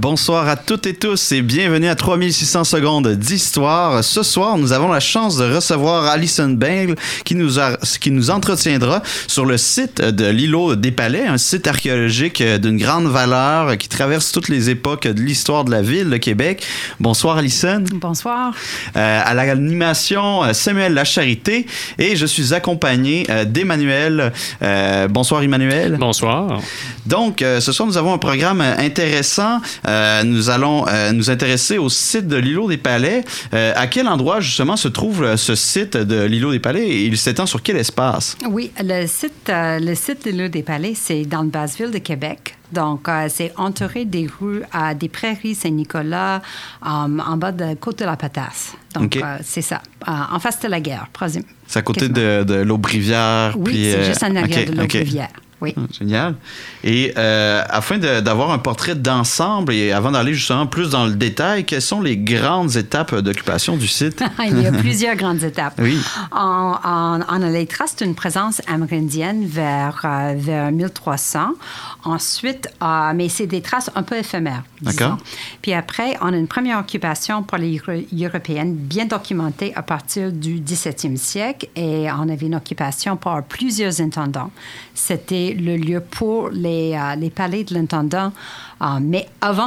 Bonsoir à toutes et tous et bienvenue à 3600 secondes d'histoire. Ce soir, nous avons la chance de recevoir Alison Bale qui nous entretiendra sur le site de l'îlot des Palais, un site archéologique d'une grande valeur qui traverse toutes les époques de l'histoire de la ville de Québec. Bonsoir Alison. Bonsoir. À l'animation, Samuel Lacharité et je suis accompagné d'Emmanuel. Bonsoir Emmanuel. Bonsoir. Donc, ce soir, nous avons un programme intéressant. Nous allons nous intéresser au site de l'îlot des Palais. À quel endroit, justement, se trouve ce site de l'îlot des Palais et il s'étend sur quel espace? Oui, le site de l'îlot des Palais, c'est dans le basse-ville de Québec. Donc, c'est entouré des rues, des prairies Saint-Nicolas, en bas de Côte-de-la-Patasse. Donc, okay. C'est ça, en face de la gare, présume. C'est à côté de l'Aubrivière. Oui, puis, c'est juste en arrière de l'Aubrivière. Oui. Génial. Et afin d'avoir un portrait d'ensemble et avant d'aller justement plus dans le détail, quelles sont les grandes étapes d'occupation du site? Il y a plusieurs grandes étapes. Oui. On a les traces d'une présence amérindienne vers 1300. Ensuite, mais c'est des traces un peu éphémères, disons. D'accord. Puis après, on a une première occupation pour les Européennes bien documentée à partir du 17e siècle et on avait une occupation par plusieurs intendants. C'était le lieu pour les palais de l'intendant, mais avant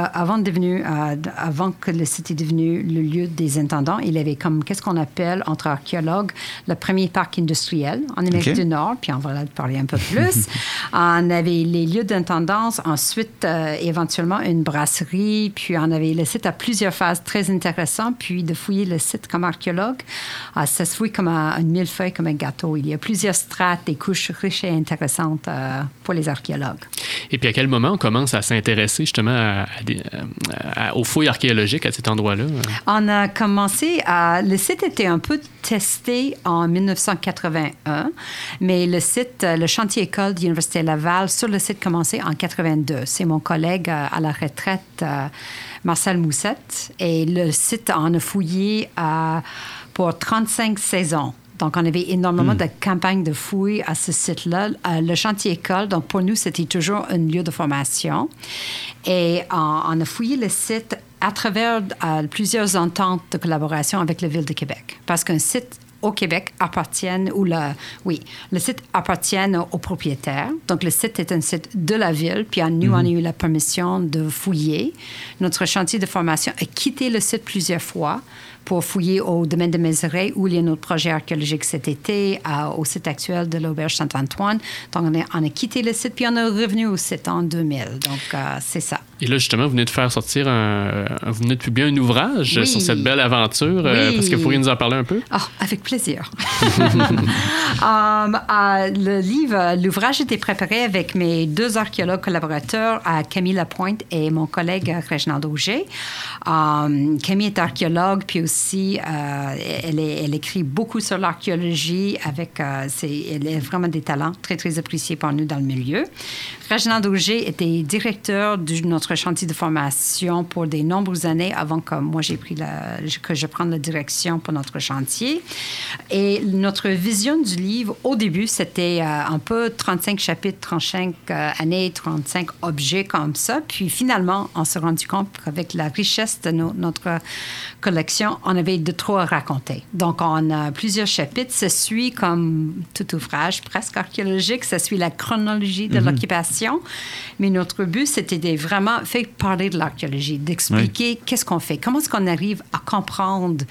que le site est devenu le lieu des intendants, il y avait comme, qu'est-ce qu'on appelle, entre archéologues, le premier parc industriel en Amérique du Nord, puis on va en parler un peu plus. On avait les lieux d'intendance, ensuite, éventuellement, une brasserie, puis on avait le site à plusieurs phases très intéressantes, puis de fouiller le site comme archéologue, ça se fouille comme un millefeuille, comme un gâteau. Il y a plusieurs strates, des couches riches et intéressantes pour les archéologues. Et puis, à quel moment on commence à s'intéresser justement aux fouilles archéologiques à cet endroit-là? On a commencé le site était un peu testé en 1981, mais le chantier école de l'Université Laval sur le site commençait en 82. C'est mon collègue à la retraite, Marcel Moussette, et le site en a fouillé pour 35 saisons. Donc, on avait énormément de campagnes de fouilles à ce site-là. Le chantier école, donc pour nous, c'était toujours un lieu de formation. Et on a fouillé le site à travers plusieurs ententes de collaboration avec la Ville de Québec. Parce qu'un site au Québec le site appartient aux propriétaires. Donc, le site est un site de la Ville. Puis, nous, on a eu la permission de fouiller. Notre chantier de formation a quitté le site plusieurs fois pour fouiller au domaine de Mézeray, où il y a notre projet archéologique cet été, au site actuel de l'Auberge Saint-Antoine. Donc, on a quitté le site, puis on est revenu au site en 2000. Donc, c'est ça. Et là, justement, vous venez de faire sortir vous venez de publier un ouvrage sur cette belle aventure. Oui. Est-ce que vous pourriez nous en parler un peu? Oh, avec plaisir. L'ouvrage était préparé avec mes deux archéologues collaborateurs, Camille Lapointe et mon collègue Réginald Auger. Camille est archéologue, puis aussi, elle écrit beaucoup sur l'archéologie. Elle a vraiment des talents très, très appréciés par nous dans le milieu. Réginald Auger était directeur de notre chantier de formation pour de nombreuses années avant que moi, que je prenne la direction pour notre chantier. Et notre vision du livre, au début, c'était un peu 35 chapitres, 35 années, 35 objets comme ça. Puis finalement, on s'est rendu compte qu'avec la richesse de notre collection, on avait de trop à raconter. Donc, on a plusieurs chapitres. Ça suit, comme tout ouvrage presque archéologique, ça suit la chronologie de l'occupation. Mais notre but, c'était de vraiment faire parler de l'archéologie, d'expliquer qu'est-ce qu'on fait, comment est-ce qu'on arrive à comprendre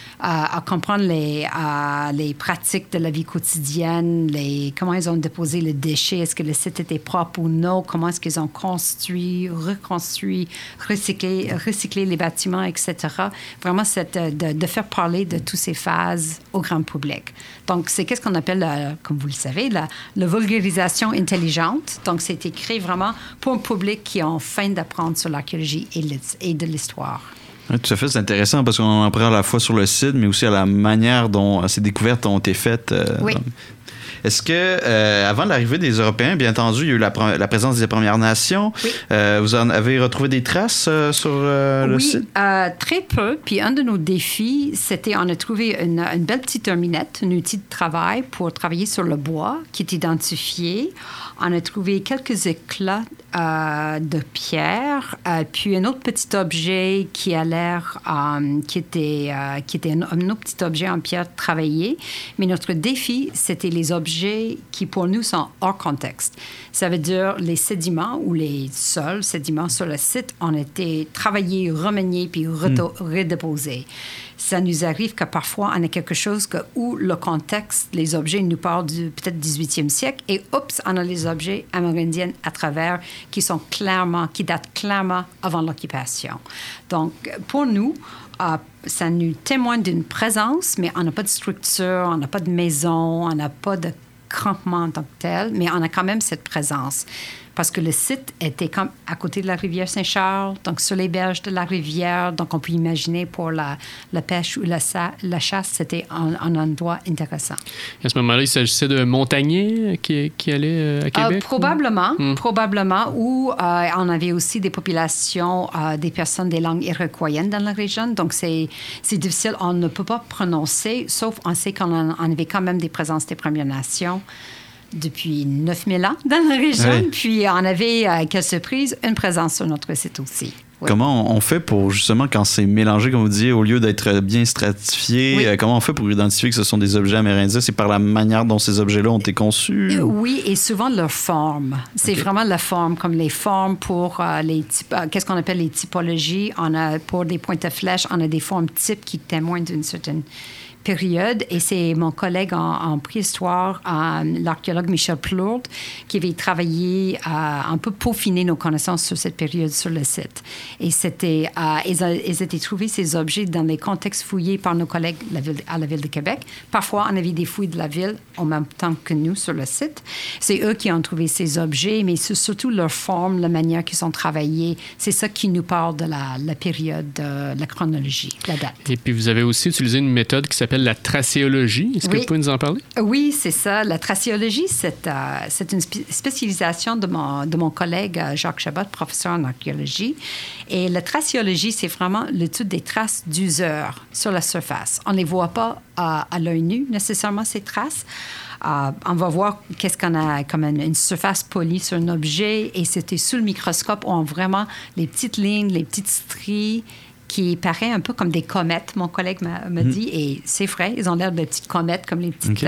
les pratiques de la vie quotidienne, comment ils ont déposé le déchet, est-ce que le site était propre ou non, comment est-ce qu'ils ont construit, reconstruit, recyclé les bâtiments, etc. Vraiment, c'est de faire parler de toutes ces phases au grand public. Donc, c'est qu'est-ce qu'on appelle, comme vous le savez, la vulgarisation intelligente. Donc, c'est écrit vraiment pour un public qui a faim d'apprendre sur l'archéologie et de l'histoire. Oui, tout à fait, c'est intéressant parce qu'on en apprend à la fois sur le site, mais aussi à la manière dont ces découvertes ont été faites. Oui. Est-ce que, avant l'arrivée des Européens, bien entendu, il y a eu la présence des Premières Nations. Oui. Vous en avez retrouvé des traces sur le site? Oui, très peu. Puis un de nos défis, c'était on a trouvé une belle petite terminette, un outil de travail pour travailler sur le bois qui est identifié. On a trouvé quelques éclats de pierre, puis un autre petit objet qui a l'air, qui était un autre petit objet en pierre travaillé. Mais notre défi, c'était les objets qui, pour nous, sont hors contexte. Ça veut dire les sédiments ou les sols, sédiments sur le site, ont été travaillés, remaniés, puis redéposés. Ça nous arrive que parfois, on a quelque chose où le contexte, les objets nous parlent du peut-être 18e siècle, et oups, on a les objets amérindiens à travers qui datent clairement avant l'occupation. Donc, pour nous, ça nous témoigne d'une présence, mais on n'a pas de structure, on n'a pas de maison, on n'a pas de campement en tant que tel, mais on a quand même cette présence. Parce que le site était comme à côté de la rivière Saint-Charles, donc sur les berges de la rivière. Donc, on peut imaginer pour la pêche ou la chasse, c'était un endroit intéressant. À ce moment-là, il s'agissait de montagnais qui allaient à Québec? Probablement. Ou on avait aussi des populations, des personnes des langues iroquoiennes dans la région. Donc, c'est difficile. On ne peut pas prononcer, sauf on sait qu'on avait quand même des présences des Premières Nations depuis 9000 ans dans la région. Oui. Puis, on avait, quelle surprise, une présence sur notre site aussi. Oui. Comment on fait pour, justement, quand c'est mélangé, comme vous disiez, au lieu d'être bien stratifié, Oui. comment on fait pour identifier que ce sont des objets amérindiens? C'est par la manière dont ces objets-là ont été conçus? Oui, et souvent leur forme. C'est vraiment la forme, comme les formes pour qu'est-ce qu'on appelle les typologies. On a, pour des pointes à flèches, on a des formes types qui témoignent d'une certaine période. Et c'est mon collègue en préhistoire, l'archéologue Michel Plourde, qui avait travaillé un peu peaufiner nos connaissances sur cette période sur le site. Et c'était, ils étaient trouvés ces objets dans les contextes fouillés par nos collègues à la Ville de Québec. Parfois, on avait des fouilles de la Ville en même temps que nous sur le site. C'est eux qui ont trouvé ces objets, mais c'est surtout leur forme, la manière qu'ils sont travaillés. C'est ça qui nous parle de la période, de la chronologie, la date. Et puis, vous avez aussi utilisé une méthode qui s'appelle la tracéologie. Est-ce que vous pouvez nous en parler? Oui, c'est ça. La tracéologie, c'est une spécialisation de mon collègue Jacques Chabot, professeur en archéologie. Et la tracéologie, c'est vraiment l'étude des traces d'useurs sur la surface. On ne les voit pas à l'œil nu, nécessairement, ces traces. On va voir qu'est-ce qu'on a comme une surface polie sur un objet. Et c'était sous le microscope où on vraiment les petites lignes, les petites stries qui paraît un peu comme des comètes, mon collègue m'a dit, et c'est vrai, ils ont l'air de petites comètes, comme les petites... Okay.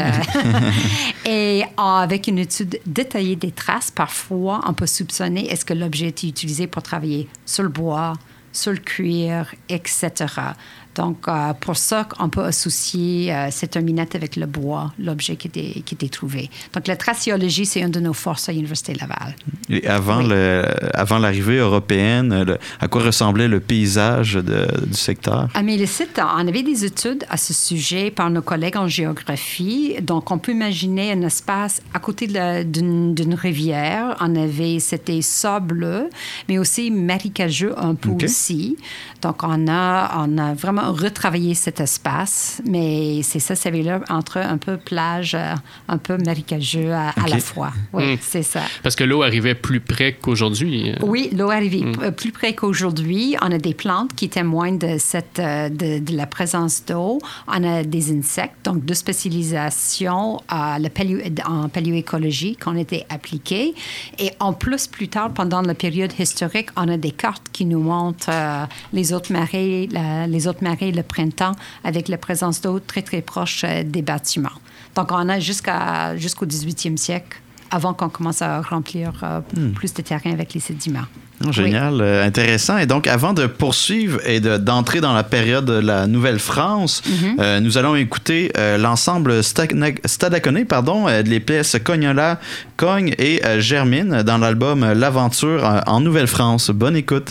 Et avec une étude détaillée des traces, parfois, on peut soupçonner est-ce que l'objet a été utilisé pour travailler sur le bois, sur le cuir, etc. Donc, pour ça, on peut associer cette terminette avec le bois, l'objet qui était trouvé. Donc, la tracéologie, c'est une de nos forces à l'Université Laval. Et avant l'arrivée européenne, à quoi ressemblait le paysage du secteur? Mais le site, on avait des études à ce sujet par nos collègues en géographie. Donc, on peut imaginer un espace à côté d'une rivière. C'était sableux, mais aussi marécageux un peu aussi. Donc, on a vraiment retravaillé cet espace, mais c'est ça avait l'air entre un peu plage, un peu marécageux à la fois. Oui, c'est ça. Parce que l'eau arrivait plus près qu'aujourd'hui. Oui, l'eau arrivait plus près qu'aujourd'hui. On a des plantes qui témoignent de la présence d'eau. On a des insectes, donc de spécialisation en paléoécologie qu'on était appliquées. Et en plus, plus tard, pendant la période historique, on a des cartes qui nous montrent les autres marées, le printemps, avec la présence d'eau très, très proche des bâtiments. Donc, on a jusqu'au 18e siècle, avant qu'on commence à remplir plus de terrain avec les sédiments. Oh, génial, intéressant. Et donc, avant de poursuivre et d'entrer dans la période de la Nouvelle-France, nous allons écouter l'ensemble Stadacone, les pièces Cognola, Cogne et Germine dans l'album L'Aventure en Nouvelle-France. Bonne écoute.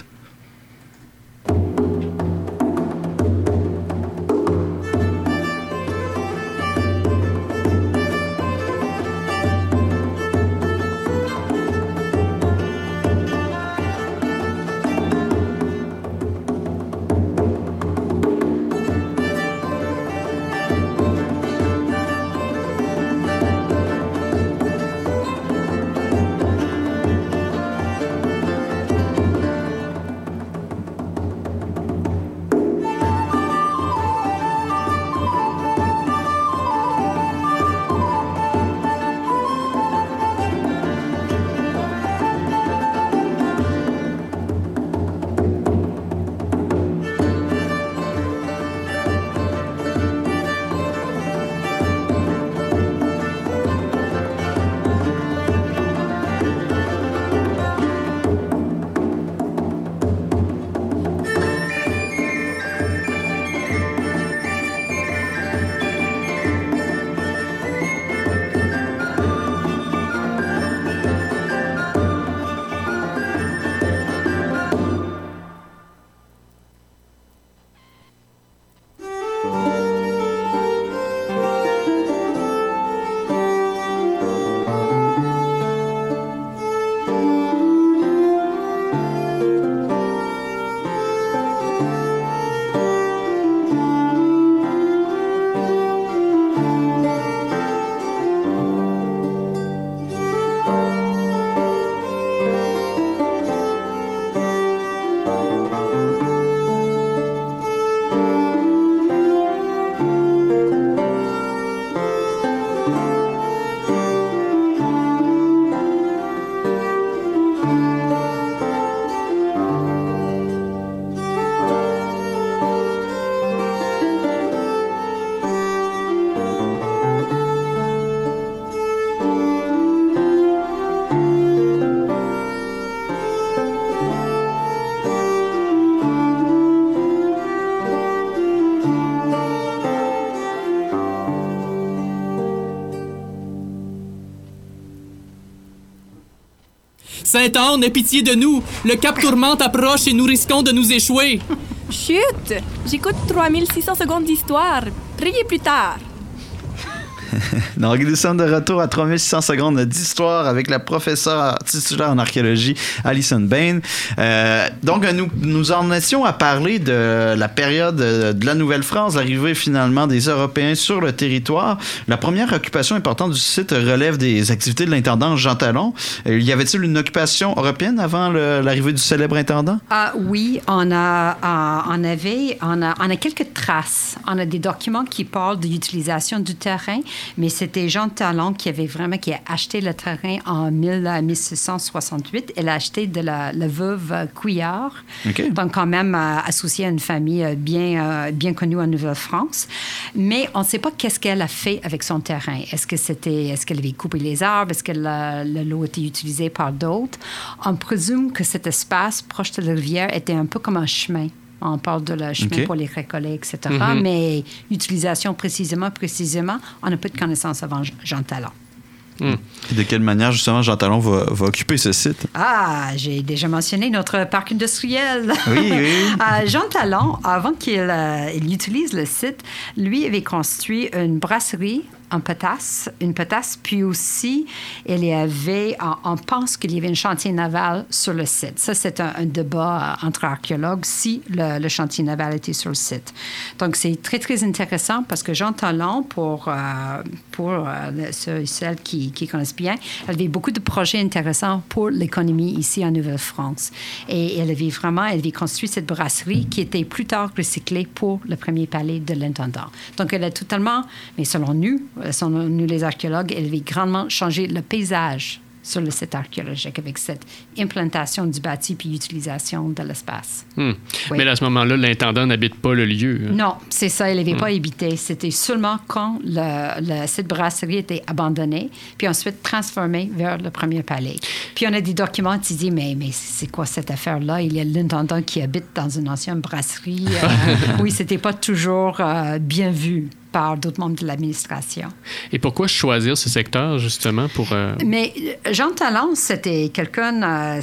Sainte-Anne, aie pitié de nous! Le cap Tourmente approche et nous risquons de nous échouer! Chut! J'écoute 3600 secondes d'histoire. Priez plus tard. Donc, nous sommes de retour à 3600 secondes d'histoire avec la professeure titulaire en archéologie, Alison Bain. Donc, nous en étions à parler de la période de la Nouvelle-France, l'arrivée finalement des Européens sur le territoire. La première occupation importante du site relève des activités de l'intendant Jean Talon. Y avait-il une occupation européenne avant l'arrivée du célèbre intendant? Oui, on a quelques traces. On a des documents qui parlent de l'utilisation du terrain, mais c'était Jean Talon qui a acheté le terrain en 1668. Elle a acheté de la veuve Couillard, okay. Donc quand même associée à une famille bien connue en Nouvelle-France. Mais on ne sait pas qu'est-ce qu'elle a fait avec son terrain. Est-ce qu'elle avait coupé les arbres? Est-ce que l'eau était utilisée par d'autres? On présume que cet espace proche de la rivière était un peu comme un chemin. On parle de le chemin pour les récollets, etc. Mm-hmm. Mais l'utilisation précisément, on n'a pas de connaissances avant Jean Talon. De quelle manière, justement, Jean Talon va occuper ce site? J'ai déjà mentionné notre parc industriel. Oui. Jean Talon, avant qu'il utilise le site, lui avait construit une brasserie, une potasse, puis aussi, on pense qu'il y avait un chantier naval sur le site. Ça, c'est un débat entre archéologues si le chantier naval était sur le site. Donc, c'est très, très intéressant parce que Jean Talon, pour ceux et celles qui connaissent bien, elle avait beaucoup de projets intéressants pour l'économie ici en Nouvelle-France. Et elle avait construit cette brasserie qui était plus tard recyclée pour le premier palais de l'intendant. Donc, elle a totalement, mais selon nous les archéologues, elle avait grandement changé le paysage sur le site archéologique avec cette implantation du bâti puis l'utilisation de l'espace. Oui. Mais à ce moment-là, l'intendant n'habite pas le lieu. Non, c'est ça, il n'avait pas habité. C'était seulement quand cette brasserie était abandonnée, puis ensuite transformée vers le premier palais. Puis on a des documents qui disent, mais c'est quoi cette affaire-là? Il y a l'intendant qui habite dans une ancienne brasserie. Oui, c'était pas toujours bien vu par d'autres membres de l'administration. Et pourquoi choisir ce secteur, justement, pour... Mais Jean Talon, c'était quelqu'un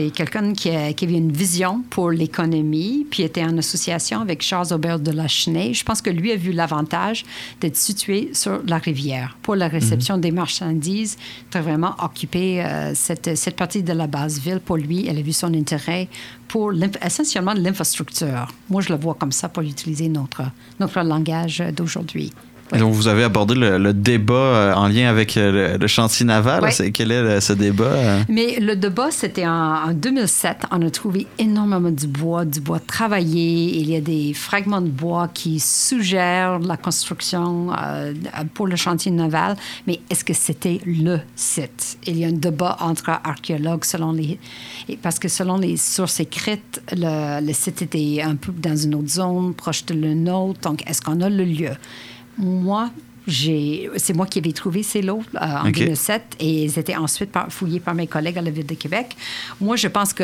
qui avait une vision pour l'économie, puis était en association avec Charles Aubert de Lachenay. Je pense que lui a vu l'avantage d'être situé sur la rivière pour la réception des marchandises, de vraiment occuper cette partie de la base-ville. Pour lui, elle a vu son intérêt pour essentiellement l'infrastructure. Moi, je le vois comme ça pour utiliser notre langage d'aujourd'hui. Et donc, vous avez abordé le débat en lien avec le chantier naval. Oui. Quel est ce débat? Mais le débat, c'était en 2007. On a trouvé énormément du bois travaillé. Il y a des fragments de bois qui suggèrent la construction pour le chantier naval. Mais est-ce que c'était le site? Il y a un débat entre archéologues parce que selon les sources écrites, le site était un peu dans une autre zone, proche de la nôtre. Donc, est-ce qu'on a le lieu? Moi, c'est moi qui avais trouvé ces lots en 2007 et ils étaient ensuite fouillés par mes collègues à la Ville de Québec. Moi, je pense que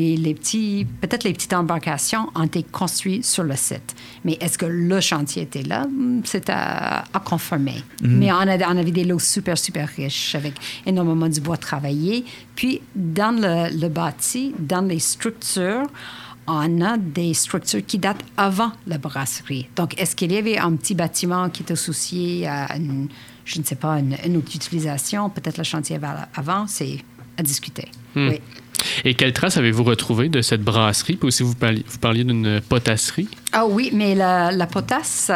peut-être les petites embarcations ont été construites sur le site. Mais est-ce que le chantier était là? C'est à confirmer. Mais on avait des lots super, super riches avec énormément du bois travaillé. Puis, dans le bâti, dans les structures, on a des structures qui datent avant la brasserie. Donc, est-ce qu'il y avait un petit bâtiment qui est associé à une autre utilisation? Peut-être le chantier avant, c'est à discuter. Oui. Et quelles traces avez-vous retrouvées de cette brasserie? Puis aussi, vous parliez d'une potasserie. Ah oui, mais la potasse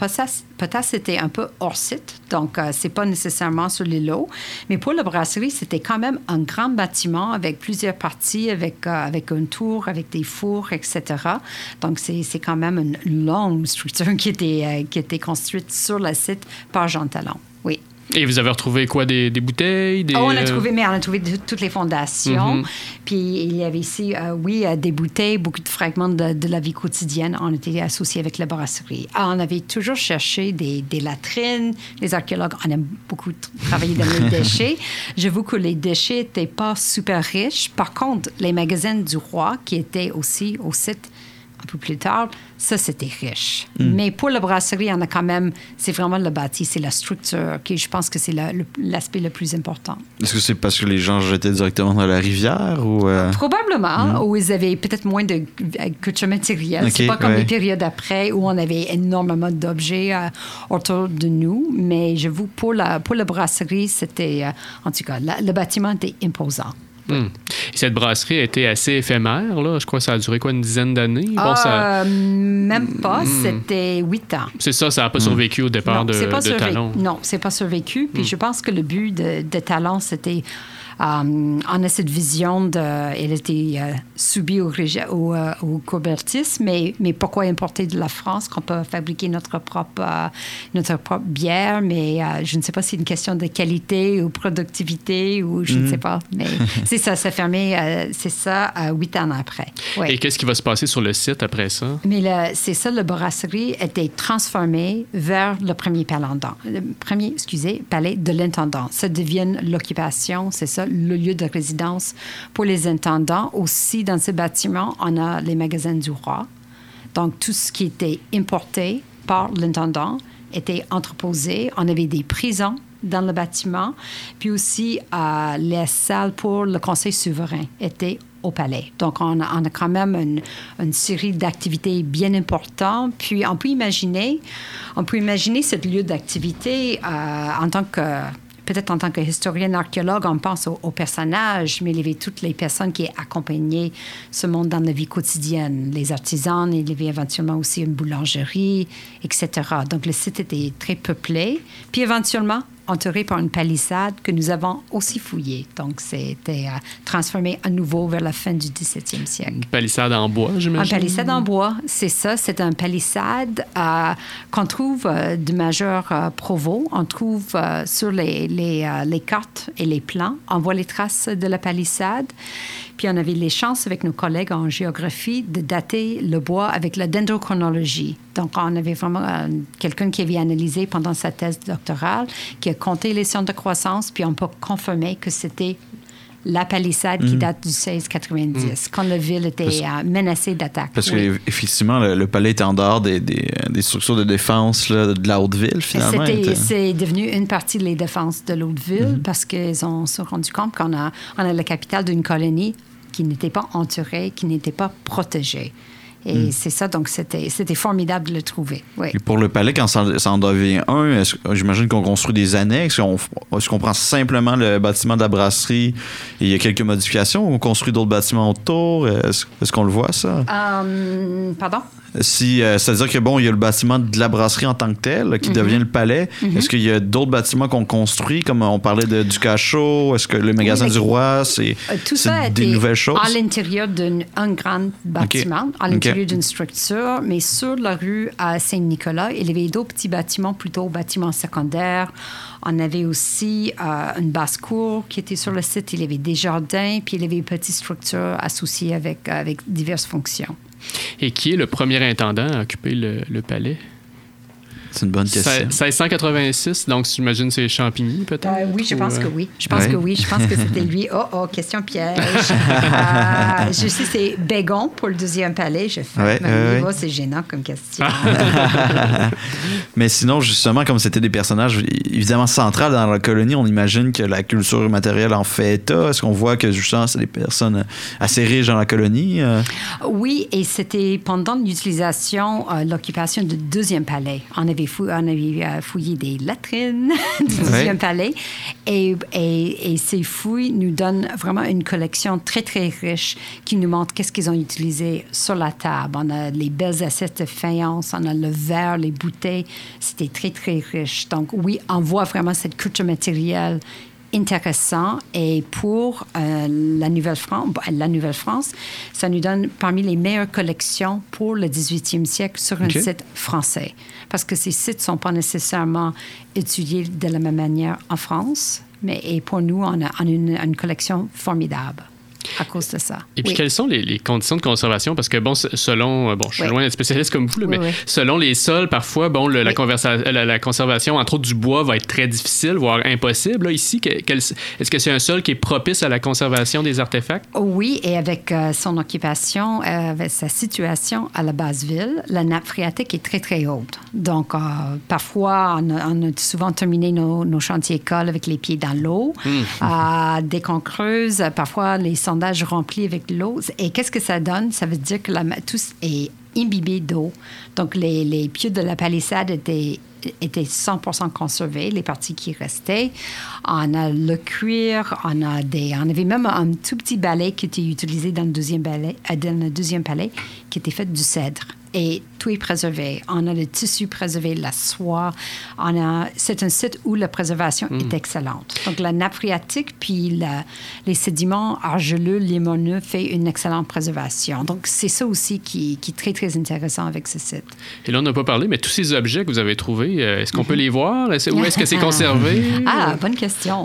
était un peu hors site, donc c'est pas nécessairement sur les lots. Mais pour la brasserie, c'était quand même un grand bâtiment avec plusieurs parties, avec une tour, avec des fours, etc. Donc c'est quand même une longue structure qui était construite sur le site par Jean Talon. Oui. Et vous avez retrouvé quoi? Des bouteilles? On a trouvé toutes les fondations. Puis il y avait ici, des bouteilles, beaucoup de fragments de la vie quotidienne. On était associés avec la brasserie. On avait toujours cherché des latrines. Les archéologues, on aime beaucoup travailler dans les déchets. J'avoue que les déchets n'étaient pas super riches. Par contre, les magasins du roi, qui étaient aussi au site un peu plus tard, ça, c'était riche. Mais pour la brasserie, on a quand même... C'est vraiment le bâti, c'est la structure qui, je pense que c'est l'aspect le plus important. Est-ce que c'est parce que les gens jetaient directement dans la rivière ou... Probablement, ou ils avaient peut-être moins de culture matérielle. C'est pas comme les périodes après où on avait énormément d'objets autour de nous. Mais j'avoue, pour la brasserie, c'était... en tout cas, le bâtiment était imposant. Et cette brasserie a été assez éphémère, là. Je crois que ça a duré une dizaine d'années? Même pas, c'était 8 ans. C'est ça n'a pas survécu au départ de Talon. Non, c'est pas survécu. Puis je pense que le but de Talon, c'était... on a cette vision elle était subie au cobertisme, mais pourquoi importer de la France qu'on peut fabriquer notre propre bière, mais je ne sais pas si c'est une question de qualité ou productivité ou je ne sais pas, mais c'est ça, ça fermé, c'est ça, 8 ans après. Ouais. Et qu'est-ce qui va se passer sur le site après ça? Mais c'est ça, la brasserie était transformée vers le premier palais de l'intendant. Ça devient l'occupation, c'est ça, le lieu de résidence pour les intendants. Aussi, dans ce bâtiment, on a les magasins du roi. Donc, tout ce qui était importé par l'intendant était entreposé. On avait des prisons dans le bâtiment. Puis aussi, les salles pour le conseil souverain étaient au palais. Donc, on a quand même une série d'activités bien importantes. Puis, on peut imaginer ce lieu d'activité peut-être en tant qu'historienne archéologue, on pense aux personnages, mais il y avait toutes les personnes qui accompagnaient ce monde dans la vie quotidienne. Les artisans, il y avait éventuellement aussi une boulangerie, etc. Donc, le site était très peuplé. Puis, éventuellement, entouré par une palissade que nous avons aussi fouillée. Donc, c'était transformé à nouveau vers la fin du 17e siècle. Une palissade en bois, j'imagine? Une palissade en bois, c'est ça. C'est un palissade qu'on trouve de Major Provost. On trouve sur les cartes et les plans. On voit les traces de la palissade. Puis, on avait les chances avec nos collègues en géographie de dater le bois avec la dendrochronologie. Donc, on avait vraiment quelqu'un qui avait analysé pendant sa thèse doctorale, qui a compté les sciences de croissance, puis on peut confirmer que c'était la palissade qui date du 1690, quand la ville était menacée d'attaque. Parce qu'effectivement, le palais était en dehors des structures de défense là, de la Haute-Ville, finalement. C'est devenu une partie des défenses de l'Haute-Ville parce qu'ils se sont rendus compte qu'on a la capitale d'une colonie qui n'était pas entourée, qui n'était pas protégée. Et c'est ça, donc c'était formidable de le trouver. Oui. Et pour le palais, quand ça en devient un, j'imagine qu'on construit des annexes. Est-ce qu'on prend simplement le bâtiment de la brasserie et il y a quelques modifications ou on construit d'autres bâtiments autour? Est-ce qu'on le voit, ça? Pardon? C'est-à-dire que, il y a le bâtiment de la brasserie en tant que tel qui devient le palais. Est-ce qu'il y a d'autres bâtiments qu'on construit, comme on parlait du cachot? Est-ce que le magasin du roi, c'est des nouvelles choses? À l'intérieur d'un grand bâtiment, à l'intérieur d'une structure, mais sur la rue à Saint-Nicolas, il y avait d'autres petits bâtiments, plutôt bâtiments secondaires. On avait aussi une basse-cour qui était sur le site. Il y avait des jardins, puis il y avait une petite structure associée avec diverses fonctions. Et qui est le premier intendant à occuper le palais? C'est une bonne question. 1686, donc j'imagine c'est Champigny, peut-être? Oui, je pense que oui. Je pense que c'était lui. Oh, question piège. Je sais, c'est Bégon pour le deuxième palais. C'est gênant comme question. Mais sinon, justement, comme c'était des personnages évidemment centraux dans la colonie, on imagine que la culture matérielle en fait état. Est-ce qu'on voit que justement, c'est des personnes assez riches dans la colonie? Oui, et c'était pendant l'utilisation, l'occupation du deuxième palais. On avait fouillé des latrines du deuxième palais et ces fouilles nous donnent vraiment une collection très, très riche qui nous montre qu'est-ce qu'ils ont utilisé sur la table. On a les belles assiettes de faïence, on a le verre, les bouteilles. C'était très, très riche. Donc oui, on voit vraiment cette culture matérielle intéressant. Et pour la Nouvelle-France, ça nous donne parmi les meilleures collections pour le 18e siècle sur un site français. Parce que ces sites ne sont pas nécessairement étudiés de la même manière en France, et pour nous, on a une collection formidable à cause de ça. Et puis, quelles sont les conditions de conservation? Parce que, selon... je suis loin d'être spécialiste comme vous, mais selon les sols, parfois, la conservation, entre autres du bois, va être très difficile, voire impossible. Là, ici, est-ce que c'est un sol qui est propice à la conservation des artefacts? Oui, et avec son occupation, avec sa situation à la base ville, la nappe phréatique est très, très haute. Donc, parfois, on a souvent terminé nos chantiers écoles avec les pieds dans l'eau. Dès qu'on creuse, parfois, les sondages remplis avec l'eau. Et qu'est-ce que ça donne? Ça veut dire que tout est imbibé d'eau. Donc, les pieux de la palissade étaient 100% conservés, les parties qui restaient. On a le cuir, on avait même un tout petit balai qui était utilisé dans le deuxième palais, qui était fait du cèdre. Et tout est préservé. On a le tissu préservé, la soie. C'est un site où la préservation est excellente. Donc, la nappe phréatique puis les sédiments argileux, limoneux fait une excellente préservation. Donc, c'est ça aussi qui est très, très intéressant avec ce site. Et là, on n'a pas parlé, mais tous ces objets que vous avez trouvés, est-ce qu'on peut les voir? Où est-ce que c'est conservé? Bonne question.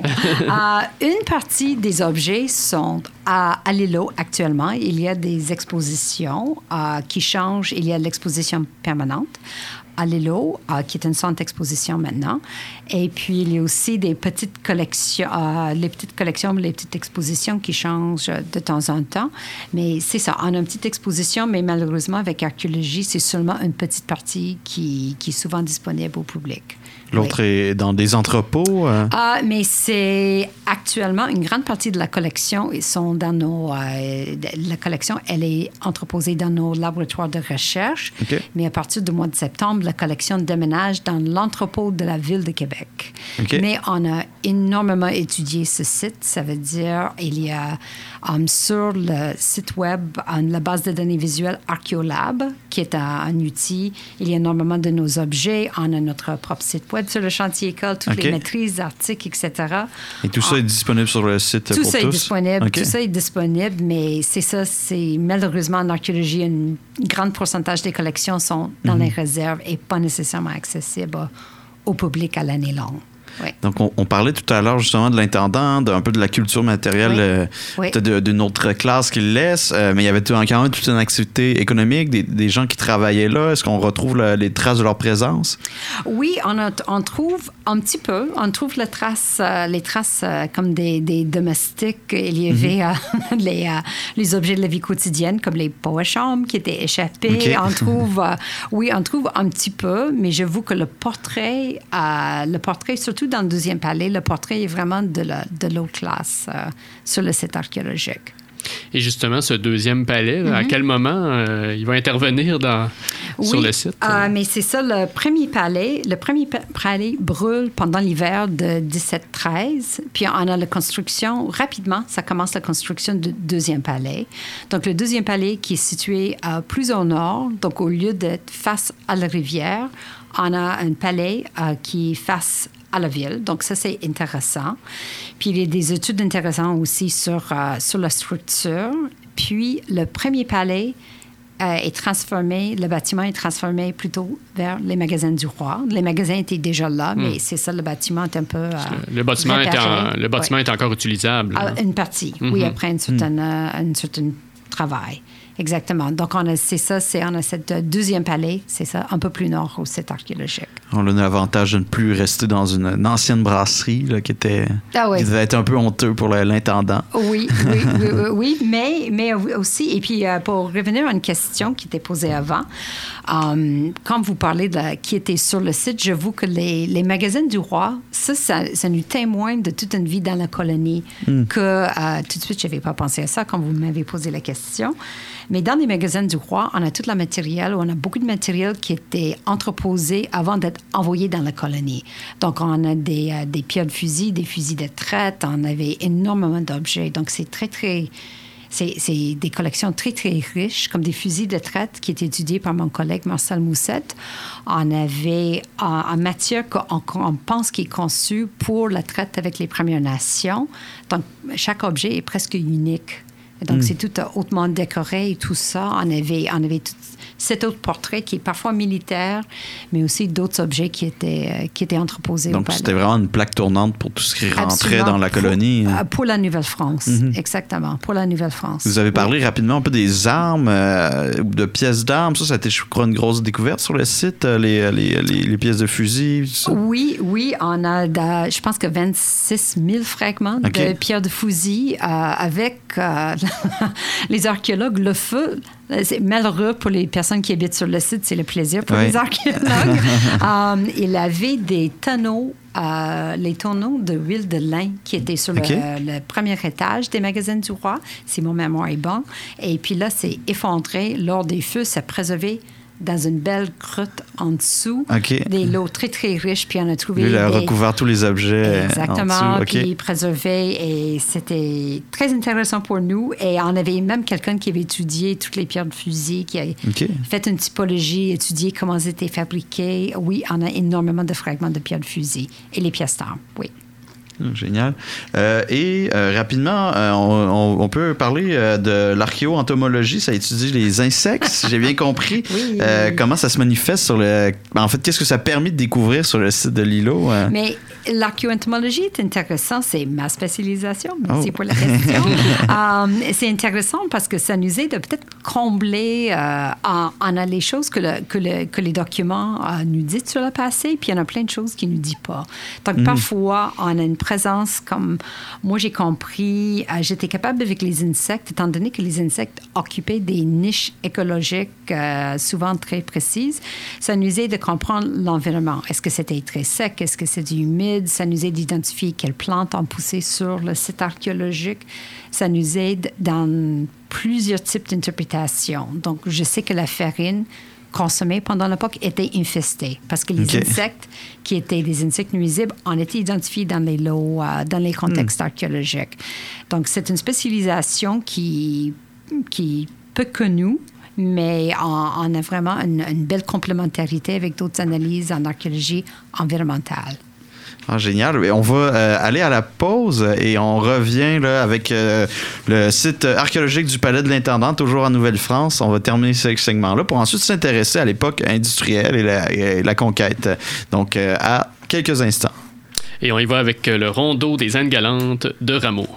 Une partie des objets sont à l'îlot actuellement. Il y a des expositions qui changent. Il y a l'exposition permanente à l'îlot, qui est une centre d'exposition maintenant. Et puis, il y a aussi des petites collections, les petites expositions qui changent de temps en temps. Mais c'est ça, on a une petite exposition, mais malheureusement, avec archéologie, c'est seulement une petite partie qui est souvent disponible au public. L'autre est dans des entrepôts? Mais c'est actuellement une grande partie de la collection. Ils sont dans la collection, elle est entreposée dans nos laboratoires de recherche. Mais à partir du mois de septembre, la collection déménage dans l'entrepôt de la ville de Québec. Mais on a énormément étudié ce site. Ça veut dire il y a sur le site web la base de données visuelle Archeolab, qui est un outil. Il y a énormément de nos objets. On a notre propre site web sur le chantier école, toutes les maîtrises, articles, etc. Et tout ça est disponible sur le site pour tous? Tout ça est disponible. Tout ça est disponible, mais c'est ça, malheureusement en archéologie, un grand pourcentage des collections sont dans les réserves et pas nécessairement accessibles au public à l'année longue. Oui. Donc, on parlait tout à l'heure justement de l'intendant, d'un peu de la culture matérielle d'une autre classe qu'il laisse, mais il y avait quand même toute une activité économique, des gens qui travaillaient là. Est-ce qu'on retrouve les traces de leur présence? Oui, on trouve un petit peu. On trouve les traces comme des domestiques. Il y avait les objets de la vie quotidienne, comme les pots à chambre qui étaient échappés. On trouve un petit peu, mais j'avoue que le portrait, surtout dans le deuxième palais, le portrait est vraiment de l'autre classe sur le site archéologique. Et justement, ce deuxième palais, à quel moment il va intervenir sur le site? Mais c'est ça, le premier palais brûle pendant l'hiver de 1713. Puis on a la construction, rapidement, ça commence la construction du deuxième palais. Donc le deuxième palais qui est situé plus au nord, donc au lieu d'être face à la rivière, on a un palais qui est face à la ville. Donc, ça, c'est intéressant. Puis, il y a des études intéressantes aussi sur la structure. Puis, le premier palais le bâtiment est transformé plutôt vers les magasins du roi. Les magasins étaient déjà là, mais c'est ça, le bâtiment est un peu le bâtiment est encore utilisable. Une partie, oui, après un certain travail. Exactement. Donc, on a ce deuxième palais, c'est ça, un peu plus nord au site archéologique. On a l'avantage de ne plus rester dans une ancienne brasserie là, qui devait être un peu honteux pour l'intendant. Oui, mais aussi, et puis pour revenir à une question qui était posée avant, quand vous parlez qui était sur le site, j'avoue que les magasins du roi, ça nous témoigne de toute une vie dans la colonie que tout de suite, je n'avais pas pensé à ça quand vous m'avez posé la question. Mais dans les magasins du roi, on a tout le matériel, on a beaucoup de matériel qui était entreposé avant d'être envoyé dans la colonie. Donc, on a des pierres de fusil, des fusils de traite, on avait énormément d'objets. Donc, c'est très, très c'est des collections très, très riches, comme des fusils de traite qui étaient étudiés par mon collègue Marcel Moussette. On avait en matière qu'on pense qui est conçue pour la traite avec les Premières Nations. Donc, chaque objet est presque unique. Et donc, c'est tout hautement décoré et tout ça. On avait tout cet autre portrait qui est parfois militaire, mais aussi d'autres objets qui étaient entreposés au palais. Donc, c'était vraiment une plaque tournante pour tout ce qui rentrait dans la colonie. Pour la Nouvelle-France, exactement, pour la Nouvelle-France. Vous avez parlé rapidement un peu des armes, de pièces d'armes. Ça a été, je crois, une grosse découverte sur le site, les pièces de fusil. Ça. Oui, on a, je pense que 26 000 fragments de pierres de fusil avec les archéologues. Le feu, c'est malheureux pour les personnes qui habitent sur le site, c'est le plaisir pour les archéologues. Il avait des tonneaux, les tonneaux de huile de lin qui étaient sur le premier étage des magasins du roi, si mon mémoire est bon. Et puis là, c'est effondré lors des feux, ça préservait dans une belle croûte en dessous, des lots très, très riches, puis on a trouvé... Lui, il a recouvert tous les objets exactement, en dessous. Puis préservé, et c'était très intéressant pour nous. Et on avait même quelqu'un qui avait étudié toutes les pierres de fusil, qui a fait une typologie, étudié comment elles étaient fabriquées. Oui, on a énormément de fragments de pierres de fusil et les pièces d'armes, oui. Génial. Rapidement, on peut parler de l'archéo-entomologie. Ça étudie les insectes, si j'ai bien compris. Oui. Comment ça se manifeste sur le... En fait, qu'est-ce que ça a permis de découvrir sur le site de l'îlot? Mais l'archéo-entomologie est intéressant. C'est ma spécialisation. Merci pour la question. C'est intéressant parce que ça nous aide de peut-être combler on a les choses que les documents nous disent sur le passé, puis il y en a plein de choses qui ne nous disent pas. Donc, parfois, on a une présence, comme moi j'ai compris, j'étais capable avec les insectes, étant donné que les insectes occupaient des niches écologiques souvent très précises, ça nous aide de comprendre l'environnement. Est-ce que c'était très sec? Est-ce que c'était humide? Ça nous aide d'identifier quelles plantes ont poussé sur le site archéologique. Ça nous aide dans plusieurs types d'interprétations. Donc, je sais que la farine consommés pendant l'époque étaient infestés parce que les insectes qui étaient des insectes nuisibles ont été identifiés dans les lots, dans les contextes archéologiques. Donc, c'est une spécialisation qui peu connue, mais on a vraiment une belle complémentarité avec d'autres analyses en archéologie environnementale. Ah, génial. On va aller à la pause et on revient là, avec le site archéologique du Palais de l'Intendant, toujours en Nouvelle-France. On va terminer ce segment-là pour ensuite s'intéresser à l'époque industrielle et la conquête. Donc, à quelques instants. Et on y va avec le rondeau des Indes galantes de Rameau.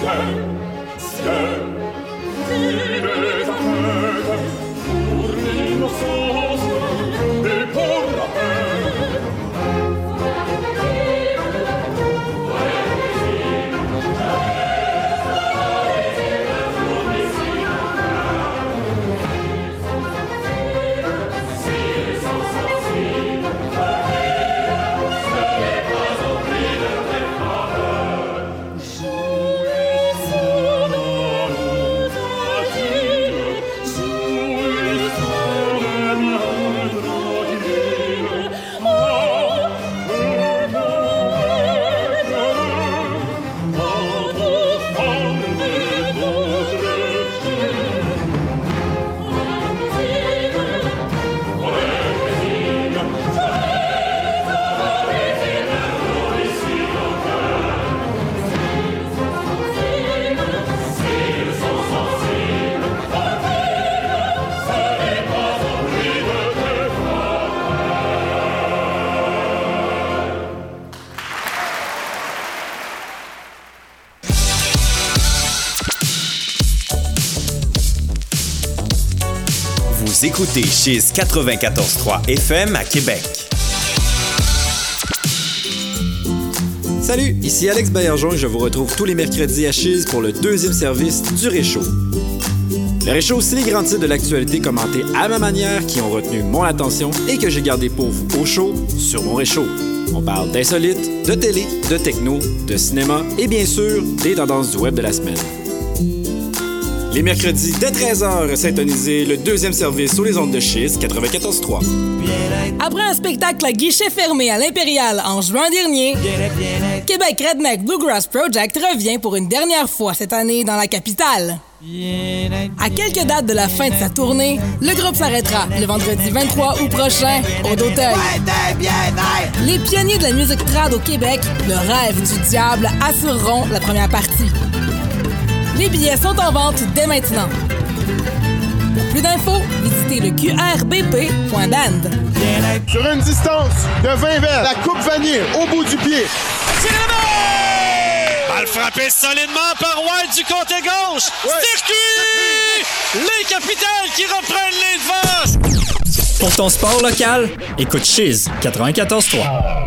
Vous écoutez Chiz 94.3 FM à Québec. Salut, ici Alex Baillargeon et je vous retrouve tous les mercredis à Chiz pour le deuxième service du Réchaud. Le Réchaud, c'est les grands titres de l'actualité commentés à ma manière qui ont retenu mon attention et que j'ai gardé pour vous au chaud sur mon Réchaud. On parle d'insolites, de télé, de techno, de cinéma et bien sûr des tendances du web de la semaine. Les mercredis dès 13h, syntonisez le deuxième service sur les ondes de Chiz 94.3. Après un spectacle à guichet fermé à l'Impérial en juin dernier, Québec Redneck Bluegrass Project revient pour une dernière fois cette année dans la capitale. À quelques dates de la fin de sa tournée, le groupe s'arrêtera le vendredi 23 août prochain au D'Auteuil. Les pionniers de la musique trad au Québec, le rêve du diable, assureront la première partie. Les billets sont en vente dès maintenant. Pour plus d'infos, visitez le qrbp.band. Sur une distance de 20 verres, la coupe vanille au bout du pied. Balle frappée solidement par White du côté gauche. Circuit! Les Capitals qui reprennent les devants. Pour ton sport local, écoute Chiz 94.3.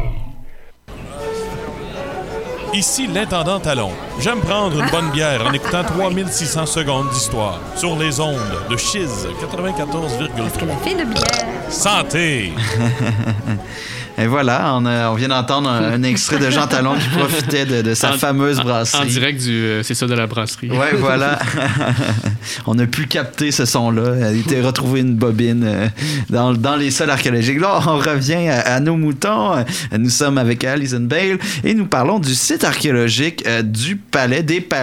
Ici l'intendant Talon. J'aime prendre une bonne bière en écoutant 3600 secondes d'histoire sur les ondes de Chiz 94,3. Parce que la fille de bière. Santé! Et voilà, on vient d'entendre un extrait de Jean Talon qui profitait de sa fameuse brasserie. En direct c'est ça, de la brasserie. Ouais, voilà. On a pu capter ce son-là. Il a été retrouvé une bobine dans les sols archéologiques. Là, on revient à nos moutons. Nous sommes avec Alison Bale et nous parlons du site archéologique des palais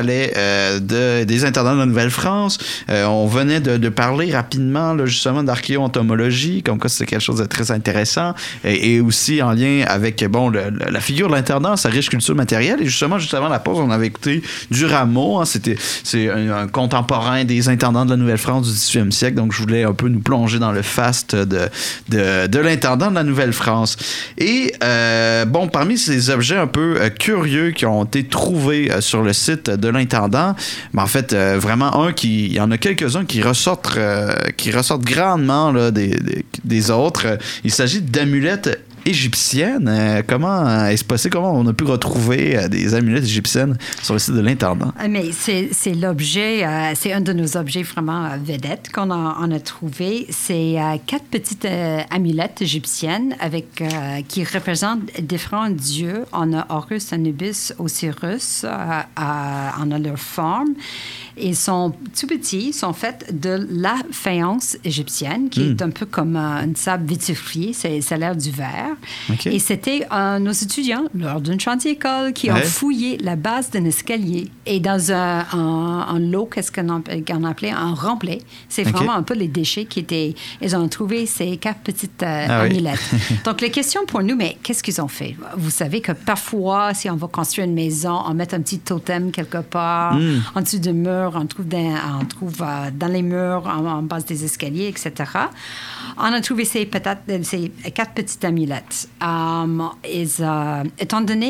des intendants de la Nouvelle-France. On venait de parler rapidement là, justement d'archéo-entomologie, comme quoi c'est quelque chose de très intéressant et aussi en lien avec la figure de l'intendant, sa riche culture matérielle. Et justement, juste avant la pause, on avait écouté du Rameau. Hein, c'est un contemporain des intendants de la Nouvelle-France du 18e siècle. Donc, je voulais un peu nous plonger dans le faste de l'intendant de la Nouvelle-France. Et parmi ces objets un peu curieux qui ont été trouvés sur le site de l'intendant, mais en fait, vraiment il y en a quelques-uns qui ressortent grandement là, des autres. Il s'agit d'amulettes égyptienne. Comment est-ce possible? Comment on a pu retrouver des amulettes égyptiennes sur le site de l'intendant? Mais c'est l'objet, c'est un de nos objets vraiment vedettes qu'on a trouvé. C'est 4 petites amulettes égyptiennes qui représentent différents dieux. On a Horus, Anubis, Osiris. On a leur forme. Ils sont tout petits, sont faits de la faïence égyptienne, qui est un peu comme une sable vitrifié. Ça a l'air du verre. Okay. Et c'était nos étudiants, lors d'une chantier-école, qui ont fouillé la base d'un escalier. Et dans un lot, qu'est-ce qu'on appelait un remblai. C'est vraiment un peu les déchets qui étaient... Ils ont trouvé ces 4 petites amulettes. Donc, la question pour nous, mais qu'est-ce qu'ils ont fait? Vous savez que parfois, si on va construire une maison, on met un petit totem quelque part, en dessous du mur, on trouve dans les murs, en bas des escaliers, etc. On a trouvé ces 4 petites amulettes. Étant donné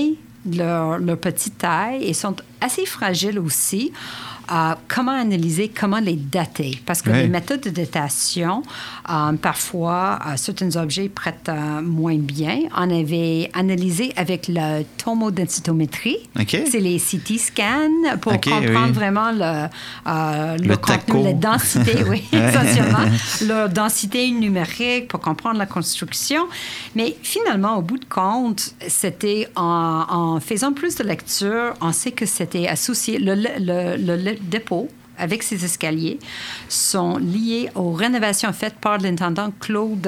leur petite taille et sont assez fragiles aussi. Comment analyser, comment les dater? Parce que les méthodes de datation, parfois, certains objets prêtent moins bien. On avait analysé avec la tomodensitométrie. C'est les CT scans pour comprendre vraiment le contenu, la densité, essentiellement, leur densité numérique pour comprendre la construction. Mais finalement, au bout de compte, c'était en faisant plus de lecture, on sait que c'était associé, le dépôt avec ces escaliers sont liés aux rénovations faites par l'intendant Claude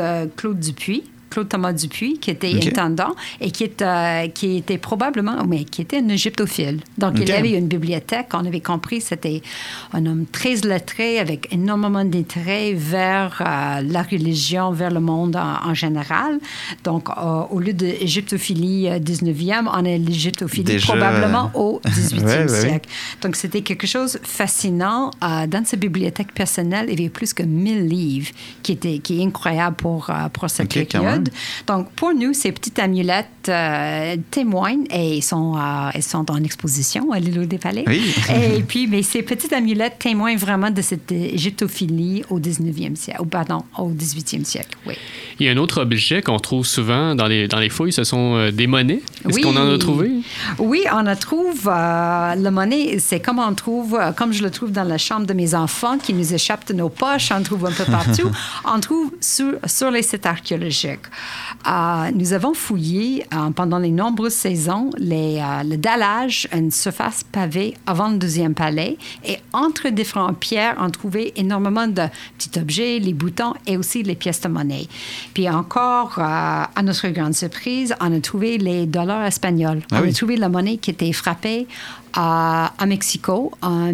Thomas Dupuis, qui était intendant et qui était probablement, mais qui était un égyptophile. Donc, il avait une bibliothèque. On avait compris c'était un homme très lettré avec énormément d'intérêt vers la religion, vers le monde en général. Donc, au lieu de l'égyptophilie 19e, on a l'égyptophilie probablement au 18e siècle. Donc, c'était quelque chose de fascinant. Dans sa bibliothèque personnelle, il y avait plus que 1000 livres, qui est incroyable pour cette période. Donc, pour nous, ces petites amulettes témoignent et elles sont en exposition à l'îlot des Palais. Et puis, mais ces petites amulettes témoignent vraiment de cette égyptophilie au 19e siècle, au 18e siècle. Il y a un autre objet qu'on trouve souvent dans les fouilles, ce sont des monnaies. Est-ce qu'on en a trouvé? Oui, on en trouve. La monnaie, c'est comme je le trouve dans la chambre de mes enfants qui nous échappe de nos poches, on trouve un peu partout. On trouve sur les sites archéologiques. Nous avons fouillé pendant les nombreuses saisons le dallage, une surface pavée avant le deuxième palais. Et entre différentes pierres, on trouvait énormément de petits objets, les boutons et aussi les pièces de monnaie. Puis encore, à notre grande surprise, on a trouvé les dollars espagnols. On a trouvé la monnaie qui était frappée à Mexico en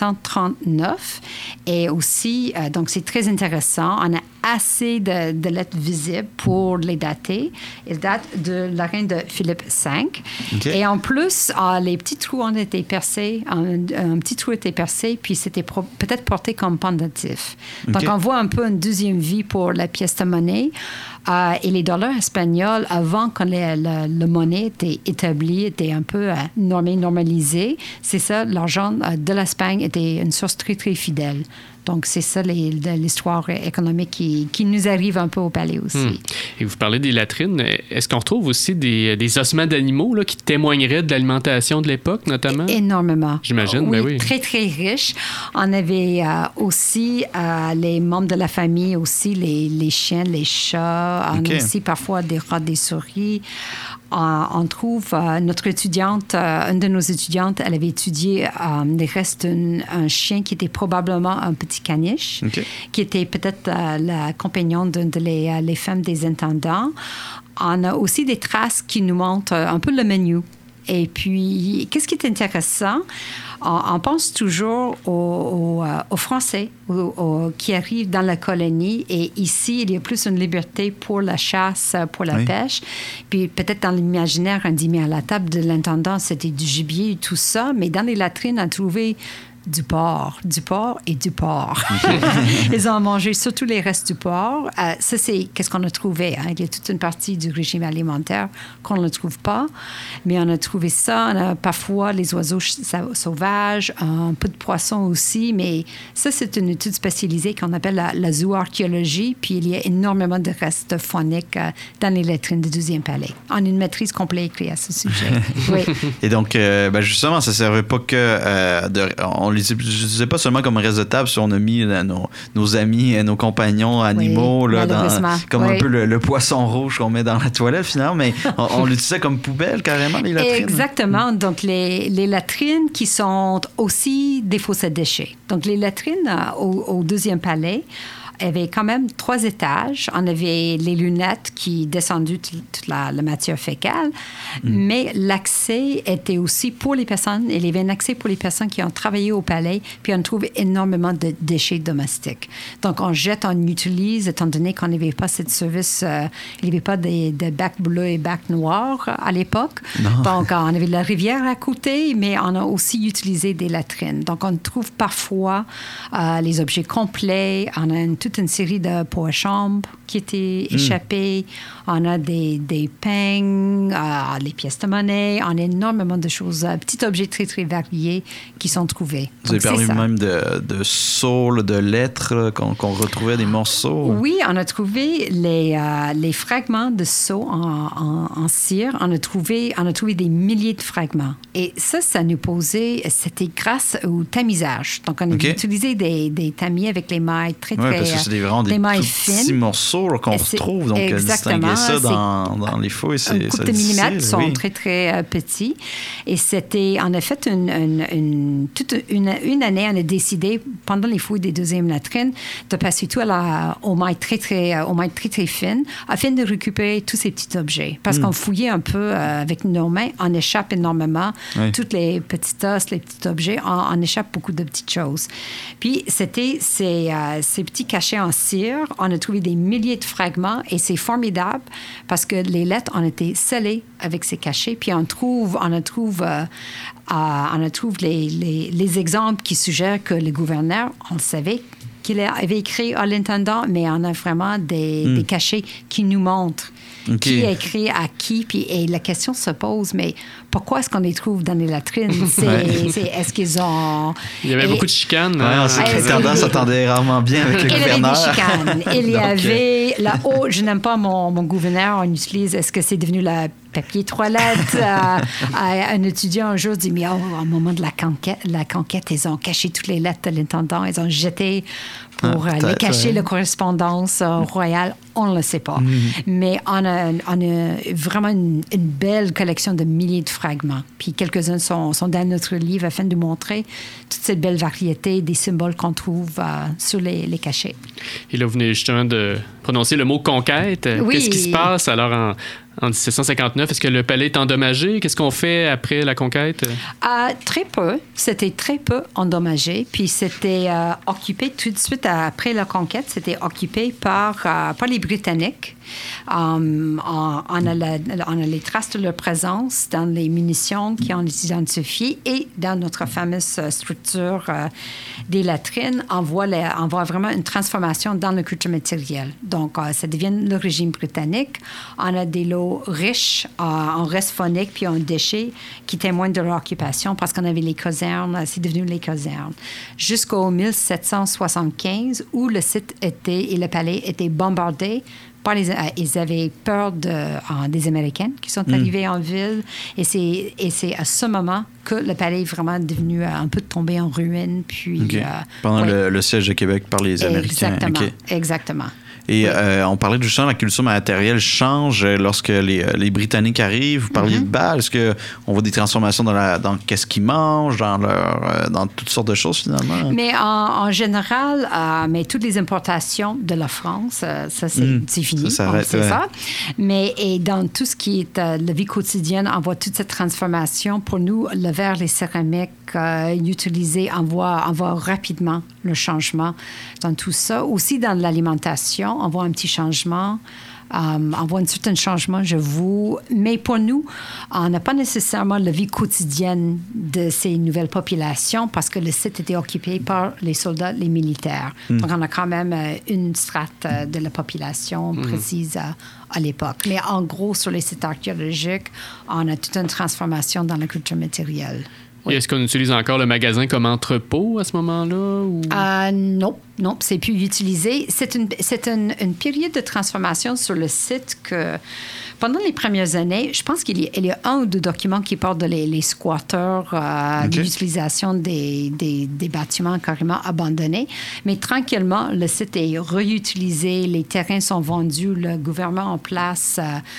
1739. Et aussi, donc c'est très intéressant, on a assez de lettres visibles pour les dater. Ils datent de la reine de Philippe V. Et en plus, les petits trous ont été percés, un petit trou était percé, puis c'était peut-être porté comme pendentif. Donc, on voit un peu une deuxième vie pour la pièce de monnaie. Et les dollars espagnols, avant que la monnaie était établie, était un peu normalisée, c'est ça, l'argent de l'Espagne était une source très, très fidèle. Donc, c'est ça l'histoire économique qui nous arrive un peu au palais aussi. Et vous parlez des latrines. Est-ce qu'on retrouve aussi des ossements d'animaux qui témoigneraient de l'alimentation de l'époque, notamment? Énormément. J'imagine, oui. Très, très riche. On avait aussi les membres de la famille, aussi les chiens, les chats. On a aussi parfois des rats, des souris. On trouve notre étudiante, une de nos étudiantes, elle avait étudié les restes d'un chien qui était probablement un petit caniche, qui était peut-être la compagnon les femmes des intendants. On a aussi des traces qui nous montrent un peu le menu. Et puis, qu'est-ce qui est intéressant? On pense toujours aux Français qui arrivent dans la colonie et ici, il y a plus une liberté pour la chasse, pour la pêche. Puis peut-être dans l'imaginaire, on dit, mais à la table de l'intendant, c'était du gibier et tout ça. Mais dans les latrines, on a trouvé du porc et du porc. Ils ont mangé surtout les restes du porc. Ça, c'est qu'est-ce qu'on a trouvé. Il y a toute une partie du régime alimentaire qu'on ne trouve pas, mais on a trouvé ça. On a parfois les oiseaux sauvages, un peu de poissons aussi, mais ça, c'est une étude spécialisée qu'on appelle la zooarchéologie, puis il y a énormément de restes fauniques dans les latrines du 12e palais. On a une maîtrise complète à ce sujet. Et donc, justement, ça ne servait pas que on l'utilisait pas seulement comme reste de table, si on a mis nos amis et nos compagnons animaux comme un peu le poisson rouge qu'on met dans la toilette finalement, mais on l'utilisait comme poubelle carrément, les latrines. Exactement. Donc les latrines qui sont aussi des fosses à déchets. Donc les latrines au 2e palais avait quand même 3 étages. On avait les lunettes qui descendaient toute la matière fécale, mais l'accès était aussi pour les personnes, il y avait un accès pour les personnes qui ont travaillé au palais, puis on trouve énormément de déchets domestiques. Donc, on jette, on utilise, étant donné qu'on n'avait pas ce service, il n'y avait pas de bacs bleus et bacs noirs à l'époque. Donc, on avait la rivière à côté, mais on a aussi utilisé des latrines. Donc, on trouve parfois les objets complets, on a toute toute une série de pots à chambre qui étaient échappés. On a des peignes, les pièces de monnaie. On a énormément de choses, petits objets très, très variés qui sont trouvés. Vous avez parlé même de sceaux, de lettres là, qu'on retrouvait, des morceaux. Oui, on a trouvé les fragments de sceaux en cire. On a trouvé des milliers de fragments. Et ça nous posait... C'était grâce au tamisage. Donc, on a utilisé des tamis avec les mailles très, très... Oui, parce que c'est vraiment des mailles tout petits morceaux là, qu'on retrouve. Donc, distinguer ça dans les fouilles, c'est difficile. Une couple de millimètres sont très, très petits. Et on a fait toute une année, on a décidé, pendant les fouilles des deuxièmes latrines, de passer tout aux mailles très, très fines, afin de récupérer tous ces petits objets. Parce qu'on fouillait un peu avec nos mains, on échappe énormément. Toutes les petites os, les petits objets, on échappe beaucoup de petites choses. Puis, c'était ces petits cachets en cire. On a trouvé des milliers de fragments et c'est formidable parce que les lettres ont été scellées avec ces cachets. Puis, on trouve les exemples qui suggèrent que le gouverneur, on le savait, qu'il avait écrit à l'intendant, mais on a vraiment des cachets qui nous montrent qui a écrit à qui. Et la question se pose, mais pourquoi est-ce qu'on les trouve dans les latrines? Est-ce qu'ils ont... Il y avait beaucoup de chicanes. Le secrétaire s'entendait rarement bien avec le gouverneur. Il y avait des chicanes. Il y avait là-haut, je n'aime pas mon gouverneur, on utilise, est-ce que c'est devenu le papier toilette? Un étudiant un jour dit, mais au moment de la conquête, ils ont caché toutes les lettres de l'intendant, ils ont jeté pour les cacher, la correspondance royale, on ne le sait pas. Mais on a vraiment une belle collection de milliers de fragments. Puis quelques-uns sont dans notre livre afin de montrer toute cette belle variété des symboles qu'on trouve sur les cachets. Et là, vous venez justement de prononcer le mot « conquête ». Oui. Qu'est-ce qui se passe alors en 1759? Est-ce que le palais est endommagé? Qu'est-ce qu'on fait après la conquête? Très peu. C'était très peu endommagé. Puis c'était occupé tout de suite après la conquête. C'était occupé par les Britanniques. On a les traces de leur présence dans les munitions qui ont été identifiées et dans notre fameuse structure des latrines. On voit vraiment une transformation dans la culture matérielle. Donc, ça devient le régime britannique. On a des lots riches en restes phoniques puis en déchets qui témoignent de leur occupation parce qu'on avait les casernes, c'est devenu les casernes. Jusqu'au 1775 où le site et le palais étaient bombardés. Ils avaient peur des Américains qui sont arrivés en ville. Et c'est à ce moment que le palais est vraiment devenu un peu tombé en ruine. Puis, pendant le siège de Québec par les Américains. Exactement. Et on parlait justement de la culture matérielle change lorsque les Britanniques arrivent. Vous parliez de balles. Est-ce qu'on voit des transformations dans qu'est-ce qu'ils mangent, dans toutes sortes de choses finalement? Mais en général, mais toutes les importations de la France, ça c'est fini. Ça, c'est ça. Mais et dans tout ce qui est la vie quotidienne, on voit toute cette transformation. Pour nous, le verre, les céramiques utilisés, on voit rapidement le changement dans tout ça. Aussi dans l'alimentation, on voit un petit changement. On voit un certain changement, j'avoue. Mais pour nous, on n'a pas nécessairement la vie quotidienne de ces nouvelles populations parce que le site était occupé par les soldats, les militaires. Donc, on a quand même une strate de la population précise à l'époque. Mais en gros, sur les sites archéologiques, on a toute une transformation dans la culture matérielle. Oui. Et est-ce qu'on utilise encore le magasin comme entrepôt à ce moment-là? Ou... Non, c'est plus utilisé. C'est une période de transformation sur le site que, pendant les premières années, je pense qu'il y a un ou deux documents qui parlent de les squatteurs, de l'utilisation des bâtiments carrément abandonnés. Mais tranquillement, le site est réutilisé, les terrains sont vendus, le gouvernement en place...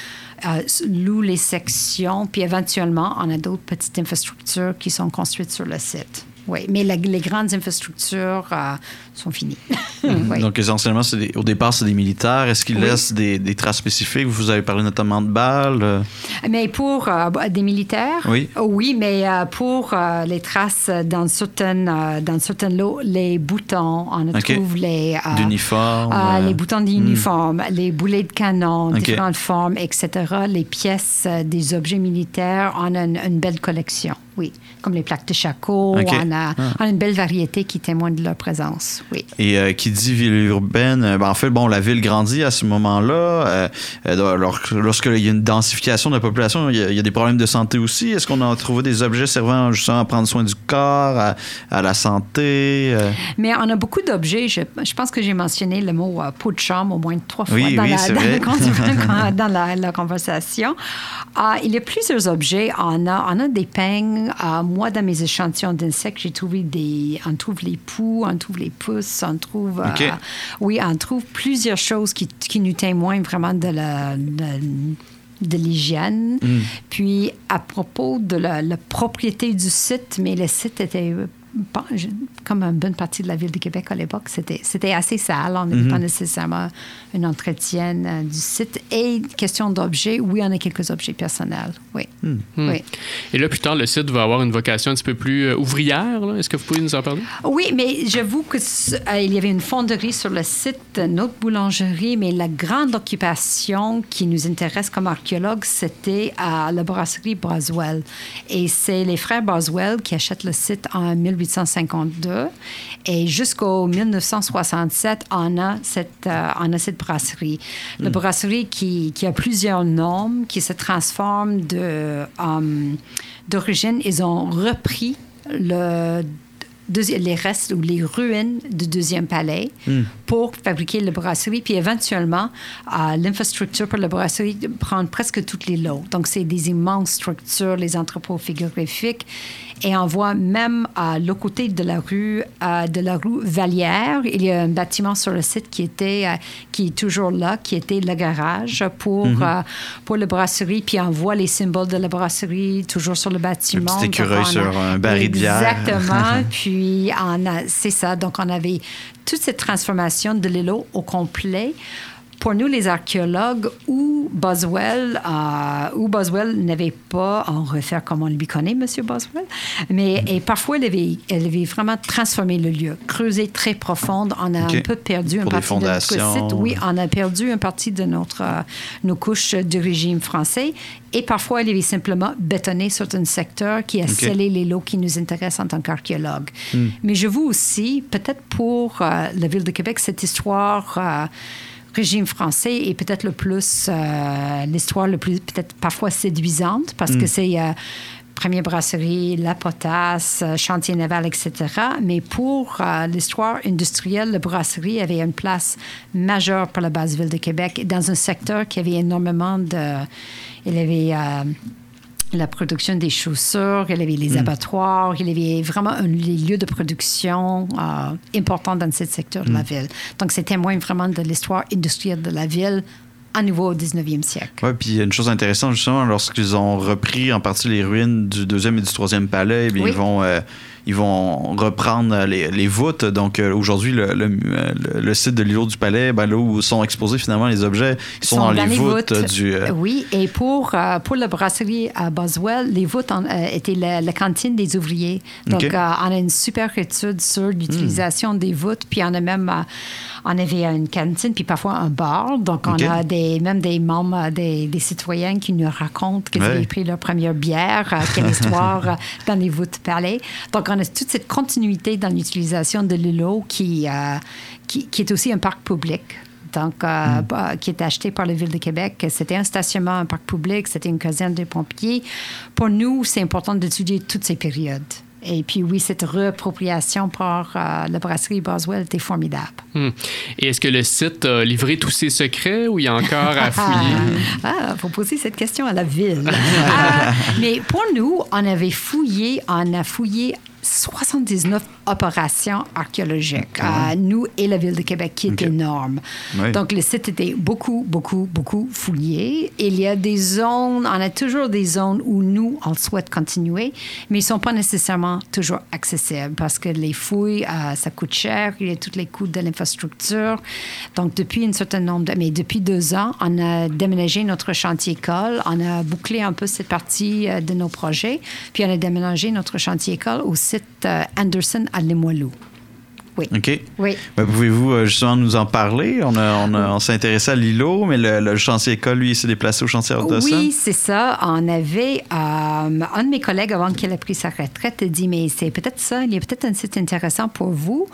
loue les sections, puis éventuellement, on a d'autres petites infrastructures qui sont construites sur le site. Oui, mais les grandes infrastructures sont finies. Oui. Donc, essentiellement, au départ, c'est des militaires. Est-ce qu'ils laissent des traces spécifiques? Vous avez parlé notamment de balles. Mais pour des militaires? Oui, mais pour les traces dans certains lots, les boutons, on trouve les... d'uniformes. Les boutons d'uniforme, les boulets de canon, différentes formes, etc. Les pièces des objets militaires, on a une belle collection. Oui, comme les plaques de Chaco, on a une belle variété qui témoigne de leur présence, oui. Et qui dit ville urbaine, en fait, la ville grandit à ce moment-là. Lorsqu'il y a une densification de la population, il y a des problèmes de santé aussi. Est-ce qu'on a trouvé des objets servant justement à prendre soin du corps, à la santé? Mais on a beaucoup d'objets. Je pense que j'ai mentionné le mot peau de chambre au moins 3 fois dans la conversation. Il y a plusieurs objets. On a des peignes. Moi, dans mes échantillons d'insectes, on trouve les poux, on trouve les pouces, on trouve... on trouve plusieurs choses qui nous témoignent vraiment de l'hygiène. Puis, à propos de la propriété du site, mais le site était... comme une bonne partie de la ville de Québec à l'époque, c'était assez sale. On n'avait pas nécessairement un entretien du site. Et question d'objets, oui, on a quelques objets personnels, oui. Oui. Et là, plus tard, le site va avoir une vocation un petit peu plus ouvrière. Là. Est-ce que vous pouvez nous en parler? Oui, mais j'avoue qu'il y avait une fonderie sur le site, notre boulangerie, mais la grande occupation qui nous intéresse comme archéologues, c'était à la brasserie Boswell. Et c'est les frères Boswell qui achètent le site en 1852 et jusqu'au 1967, on a cette brasserie. La brasserie qui a plusieurs noms, qui se transforme d'origine. Ils ont repris les restes ou les ruines du deuxième palais pour fabriquer la brasserie. Puis éventuellement, l'infrastructure pour la brasserie prend presque toutes les lots. Donc, c'est des immenses structures, les entrepôts frigorifiques. Et on voit même à l'autre côté de la rue Vallière, il y a un bâtiment sur le site qui est toujours là, qui était le garage pour la brasserie. Puis on voit les symboles de la brasserie toujours sur le bâtiment. Un petit écureuil sur un baril de bière. Exactement. Puis c'est ça. Donc on avait toute cette transformation de l'îlot au complet. Pour nous, les archéologues, où Boswell n'avait pas, on refaire comme on lui connaît, M. Boswell, mais et parfois, elle avait vraiment transformé le lieu, creusé très profond. On a un peu perdu une partie de notre site. Oui, on a perdu une partie de nos couches du régime français. Et parfois, elle avait simplement bétonné certains secteurs qui a scellé les lots qui nous intéressent en tant qu'archéologues. Mais je vous aussi, peut-être pour la Ville de Québec, cette histoire... régime français est peut-être l'histoire le plus peut-être parfois séduisante parce que c'est première brasserie, la potasse, chantier naval, etc. Mais pour l'histoire industrielle, la brasserie avait une place majeure pour la base ville de Québec dans un secteur qui avait énormément il avait la production des chaussures, il y avait les abattoirs, il y avait vraiment les lieux de production importants dans ce secteur de la ville. Donc, c'est témoin vraiment de l'histoire industrielle de la ville à nouveau au 19e siècle. Oui, puis il y a une chose intéressante, justement, lorsqu'ils ont repris en partie les ruines du 2e et du 3e palais, bien, ils vont reprendre les voûtes. Donc, aujourd'hui, le site de l'îlot du Palais, là où sont exposés finalement les objets, ils sont dans les voûtes du... Oui, et pour la brasserie à Boswell, les voûtes étaient la cantine des ouvriers. Donc, on a une super étude sur l'utilisation des voûtes, puis on a même... on avait une cantine, puis parfois un bar. Donc, on a même des membres, des citoyens qui nous racontent qu'ils avaient pris leur première bière, quelle histoire dans les voûtes palais. Donc, on a toute cette continuité dans l'utilisation de l'îlot qui est aussi un parc public. Donc, qui est acheté par la Ville de Québec. C'était un stationnement, un parc public, c'était une caserne des pompiers. Pour nous, c'est important d'étudier toutes ces périodes. Et puis, oui, cette réappropriation par la brasserie Boswell était formidable. Et est-ce que le site a livré tous ses secrets ou il y a encore à fouiller? Il faut poser cette question à la Ville. Mais pour nous, on a fouillé 79 opérations archéologiques, nous et la Ville de Québec, qui est énorme. Oui. Donc, le site était beaucoup, beaucoup, beaucoup fouillé. Il y a des zones, on a toujours des zones où nous, on souhaite continuer, mais ils ne sont pas nécessairement toujours accessibles parce que les fouilles, ça coûte cher, il y a tous les coûts de l'infrastructure. Donc, depuis 2 ans, on a déménagé notre chantier-école, on a bouclé un peu cette partie de nos projets, puis on a déménagé notre chantier-école au site Anderson à Limoilou. Oui. OK. Oui. Ben, pouvez-vous justement nous en parler? On s'est intéressé à l'îlot, mais le chantier école, lui, il s'est déplacé au chantier Ardossan. Oui, c'est ça. On avait un de mes collègues, avant qu'il ait pris sa retraite, a dit, mais c'est peut-être ça, il y a peut-être un site intéressant pour vous.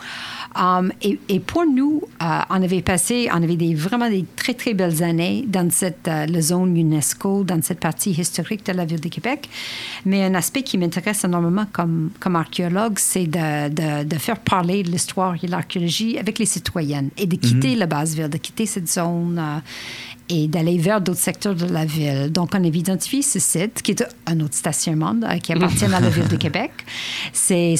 Et pour nous, on avait vraiment des très, très belles années dans la zone UNESCO, dans cette partie historique de la Ville de Québec. Mais un aspect qui m'intéresse énormément comme archéologue, c'est de faire parler de l'histoire et de l'archéologie avec les citoyennes et de quitter la base-ville, de quitter cette zone et d'aller vers d'autres secteurs de la ville. Donc, on avait identifié ce site, qui est un autre stationnement qui appartient à la Ville de Québec. C'est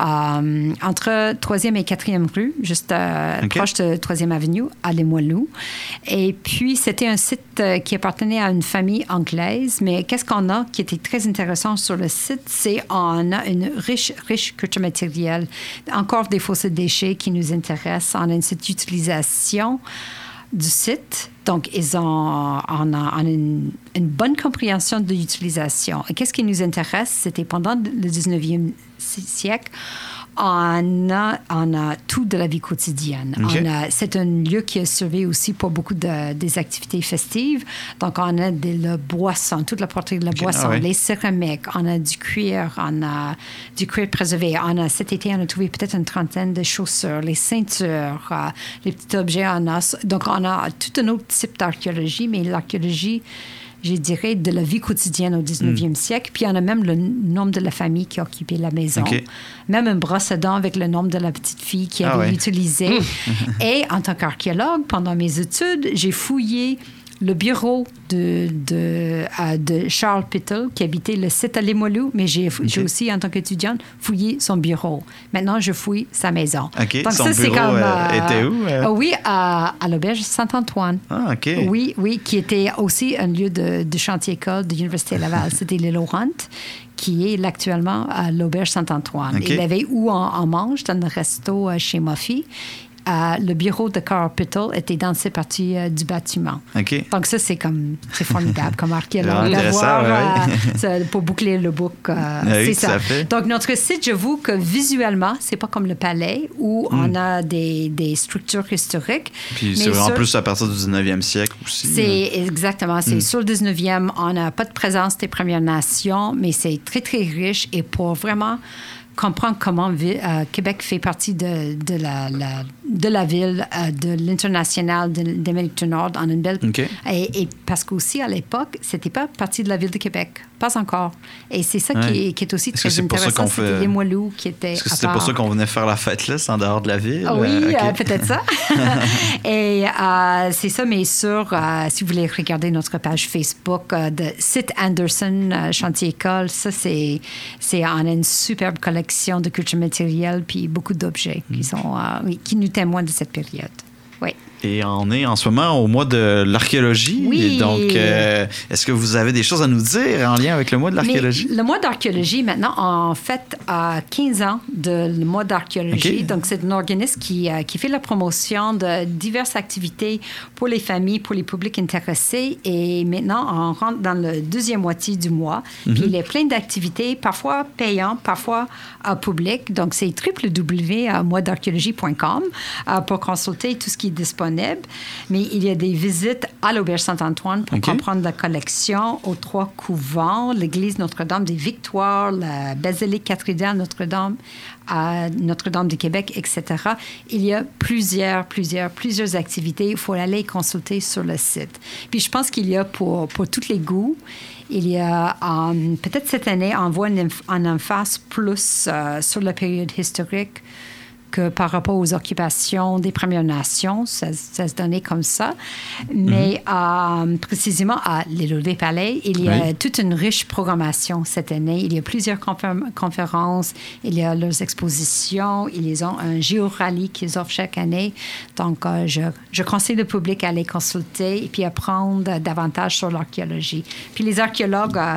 entre 3e et 4e rue, juste proche de 3e Avenue, à Limoilou. Et puis, c'était un site qui appartenait à une famille anglaise. Mais qu'est-ce qu'on a qui était très intéressant sur le site? C'est on a une riche culture matérielle. Encore des fossés de déchets qui nous intéressent. On a cette utilisation du site. Donc, on a une bonne compréhension de l'utilisation. Et qu'est-ce qui nous intéresse? C'était pendant le 19e siècle, on a tout de la vie quotidienne. Okay. C'est un lieu qui est servi aussi pour beaucoup des activités festives. Donc, on a la boisson, toute la partie de la boisson, les céramiques, on a du cuir, on a du cuir préservé. Cet été, on a trouvé peut-être une trentaine de chaussures, les ceintures, les petits objets en os. Donc, on a tout un autre type d'archéologie, mais l'archéologie, je dirais, de la vie quotidienne au 19e siècle. Puis, on a même le nom de la famille qui occupait la maison. Okay. Même une brosse à dents avec le nom de la petite fille qui avait utilisé. Et en tant qu'archéologue, pendant mes études, j'ai fouillé le bureau de Charles Pittle, qui habitait le site à Limoilou, mais j'ai aussi, en tant qu'étudiante, fouillé son bureau. Maintenant, je fouille sa maison. OK. Donc, son bureau était où? Oui, à l'auberge Saint-Antoine. Ah, OK. Oui, qui était aussi un lieu de chantier-école de l'Université Laval. C'était l'île Laurent, qui est actuellement à l'auberge Saint-Antoine. Okay. Il avait où on mange, dans le resto chez Muffy. Le bureau de Carl Pittle était dans cette partie du bâtiment. Okay. Donc ça, c'est formidable comme archéologue d'avoir pour boucler le book. C'est ça. Donc notre site, j'avoue que visuellement, c'est pas comme le palais où on a des structures historiques. Puis c'est en plus à partir du 19e siècle aussi. C'est exactement. C'est sur le 19e, on n'a pas de présence des Premières Nations, mais c'est très, très riche et pour vraiment comprendre comment Québec fait partie de la ville, de l'international d'Amérique du Nord en une belle... Okay. Et parce qu'aussi, à l'époque, c'était pas partie de la ville de Québec. Pas encore. Et c'est ça qui est aussi très intéressant. C'était Limoilou qui était Est-ce que c'était pour ça qu'on venait faire la fête là, c'est en dehors de la ville? Oui, peut-être ça. Et c'est ça, mais si vous voulez regarder notre page Facebook de Site Anderson, Chantier École, ça, on a une superbe collection de culture matérielle puis beaucoup d'objets qui nous témoignent de cette période. Oui. Et on est en ce moment au mois de l'archéologie. Oui. Donc, est-ce que vous avez des choses à nous dire en lien avec le mois de l'archéologie? Le mois d'archéologie, maintenant, en fait, a 15 ans de le mois d'archéologie. Okay. Donc, c'est un organisme qui fait la promotion de diverses activités pour les familles, pour les publics intéressés. Et maintenant, on rentre dans la deuxième moitié du mois. Puis, il y a plein d'activités, parfois payantes, parfois publiques. Donc, c'est www.moisdarchéologie.com pour consulter tout ce qui est disponible. Mais il y a des visites à l'auberge Saint-Antoine pour comprendre la collection, aux 3 couvents, l'église Notre-Dame des Victoires, la basilique cathédrale Notre-Dame à Notre-Dame du Québec, etc. Il y a plusieurs activités. Il faut aller consulter sur le site. Puis je pense qu'il y a pour tous les goûts. Il y a, peut-être cette année, on voit un emphase plus sur la période historique que par rapport aux occupations des Premières Nations, ça se donnait comme ça. Mais précisément à l'île des Palais, il y a toute une riche programmation cette année. Il y a plusieurs conférences, il y a leurs expositions, ils ont un géorally qu'ils offrent chaque année. Donc, je conseille le public à aller consulter et puis apprendre davantage sur l'archéologie. Puis les archéologues...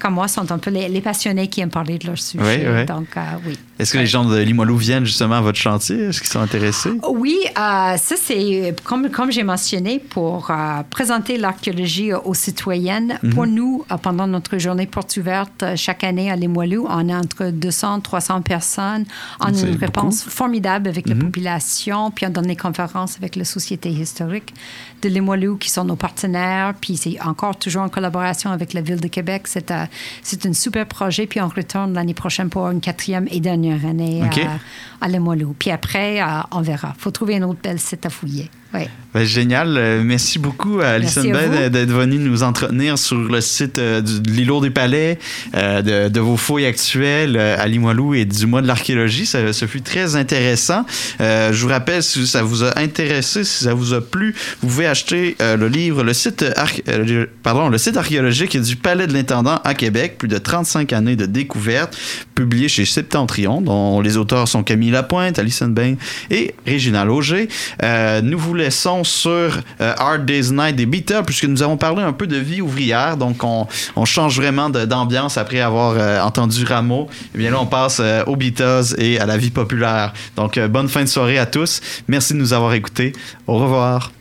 comme moi, sont un peu les passionnés qui aiment parler de leur sujet. Oui. Donc, oui. Est-ce que les gens de Limoilou viennent justement à votre chantier? Est-ce qu'ils sont intéressés? Oui, ça c'est, comme j'ai mentionné, pour présenter l'archéologie aux citoyennes. Pour nous, pendant notre journée porte ouverte, chaque année à Limoilou, on a entre 200 et 300 personnes. On a une réponse formidable avec la population, puis on donne des conférences avec la Société historique de Limoilou, qui sont nos partenaires, puis c'est encore toujours en collaboration avec la Ville de Québec. C'est un super projet, puis on retourne l'année prochaine pour une 4e et dernière année à Limoilou. Puis après, on verra. Il faut trouver un autre bel site à fouiller. Oui. Ben, génial. Merci beaucoup à Alison Bain d'être venue nous entretenir sur le site de l'îlot des Palais, de vos fouilles actuelles à Limoilou et du mois de l'archéologie. Ça fut très intéressant. Je vous rappelle, si ça vous a intéressé, si ça vous a plu, vous pouvez acheter le livre, le site archéologique du Palais de l'Intendant à Québec, plus de 35 années de découvertes, publié chez Septentrion, dont les auteurs sont Camille Lapointe, Alison Bain et Réginald Auger. Nous vous laissons sur Hard Day's Night des Beatles, puisque nous avons parlé un peu de vie ouvrière, donc on change vraiment d'ambiance après avoir entendu Rameau. Et bien là, on passe aux Beatles et à la vie populaire. Donc, bonne fin de soirée à tous. Merci de nous avoir écoutés. Au revoir.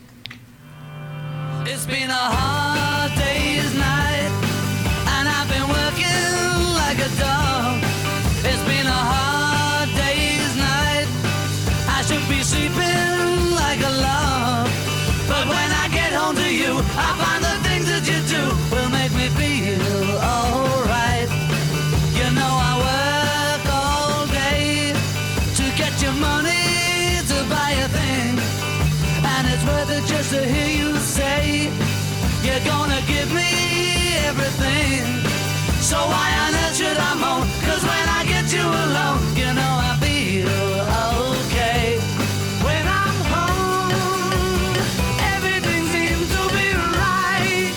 It's been a hard day's night, and I've been working like a dog. It's been a hard day's night, I should be sleeping like a log. But when I get home to you, I find the things that you do will make me feel alright. You know I work all day to get your money to buy a thing, and it's worth it just to hear you say you're gonna give me everything. So why on earth should I moan? 'Cause when I get you alone, you know I feel okay. When I'm home, everything seems to be right.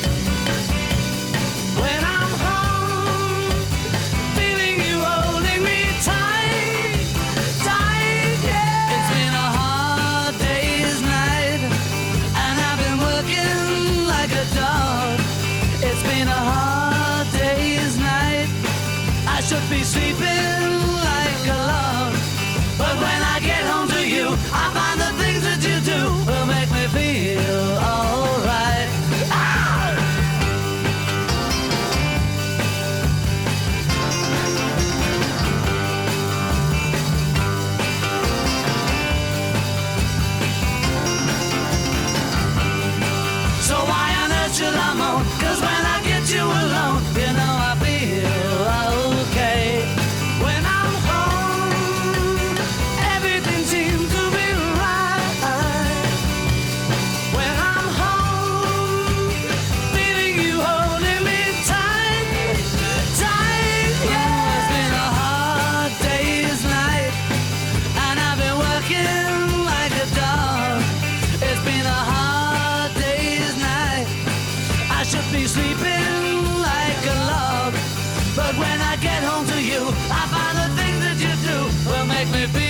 When I'm home, feeling you holding me tight, tight, yeah. It's been a hard day's night, and I've been working like a dog. It's been a hard day's night, I should be sleeping like a log. But when I get home to you, I find the things that you do will make me feel alright. So why on earth should I moan? 'Cause when I get you alone, you know I feel okay. When I'm home, everything seems to be right. When I'm home, feeling you holding me tight, tight, yeah. It's been a hard day's night, and I've been working like a dog. It's been a hard day's night, I should be sleeping like a log. But when I get home to you, I find the things that you do will make me feel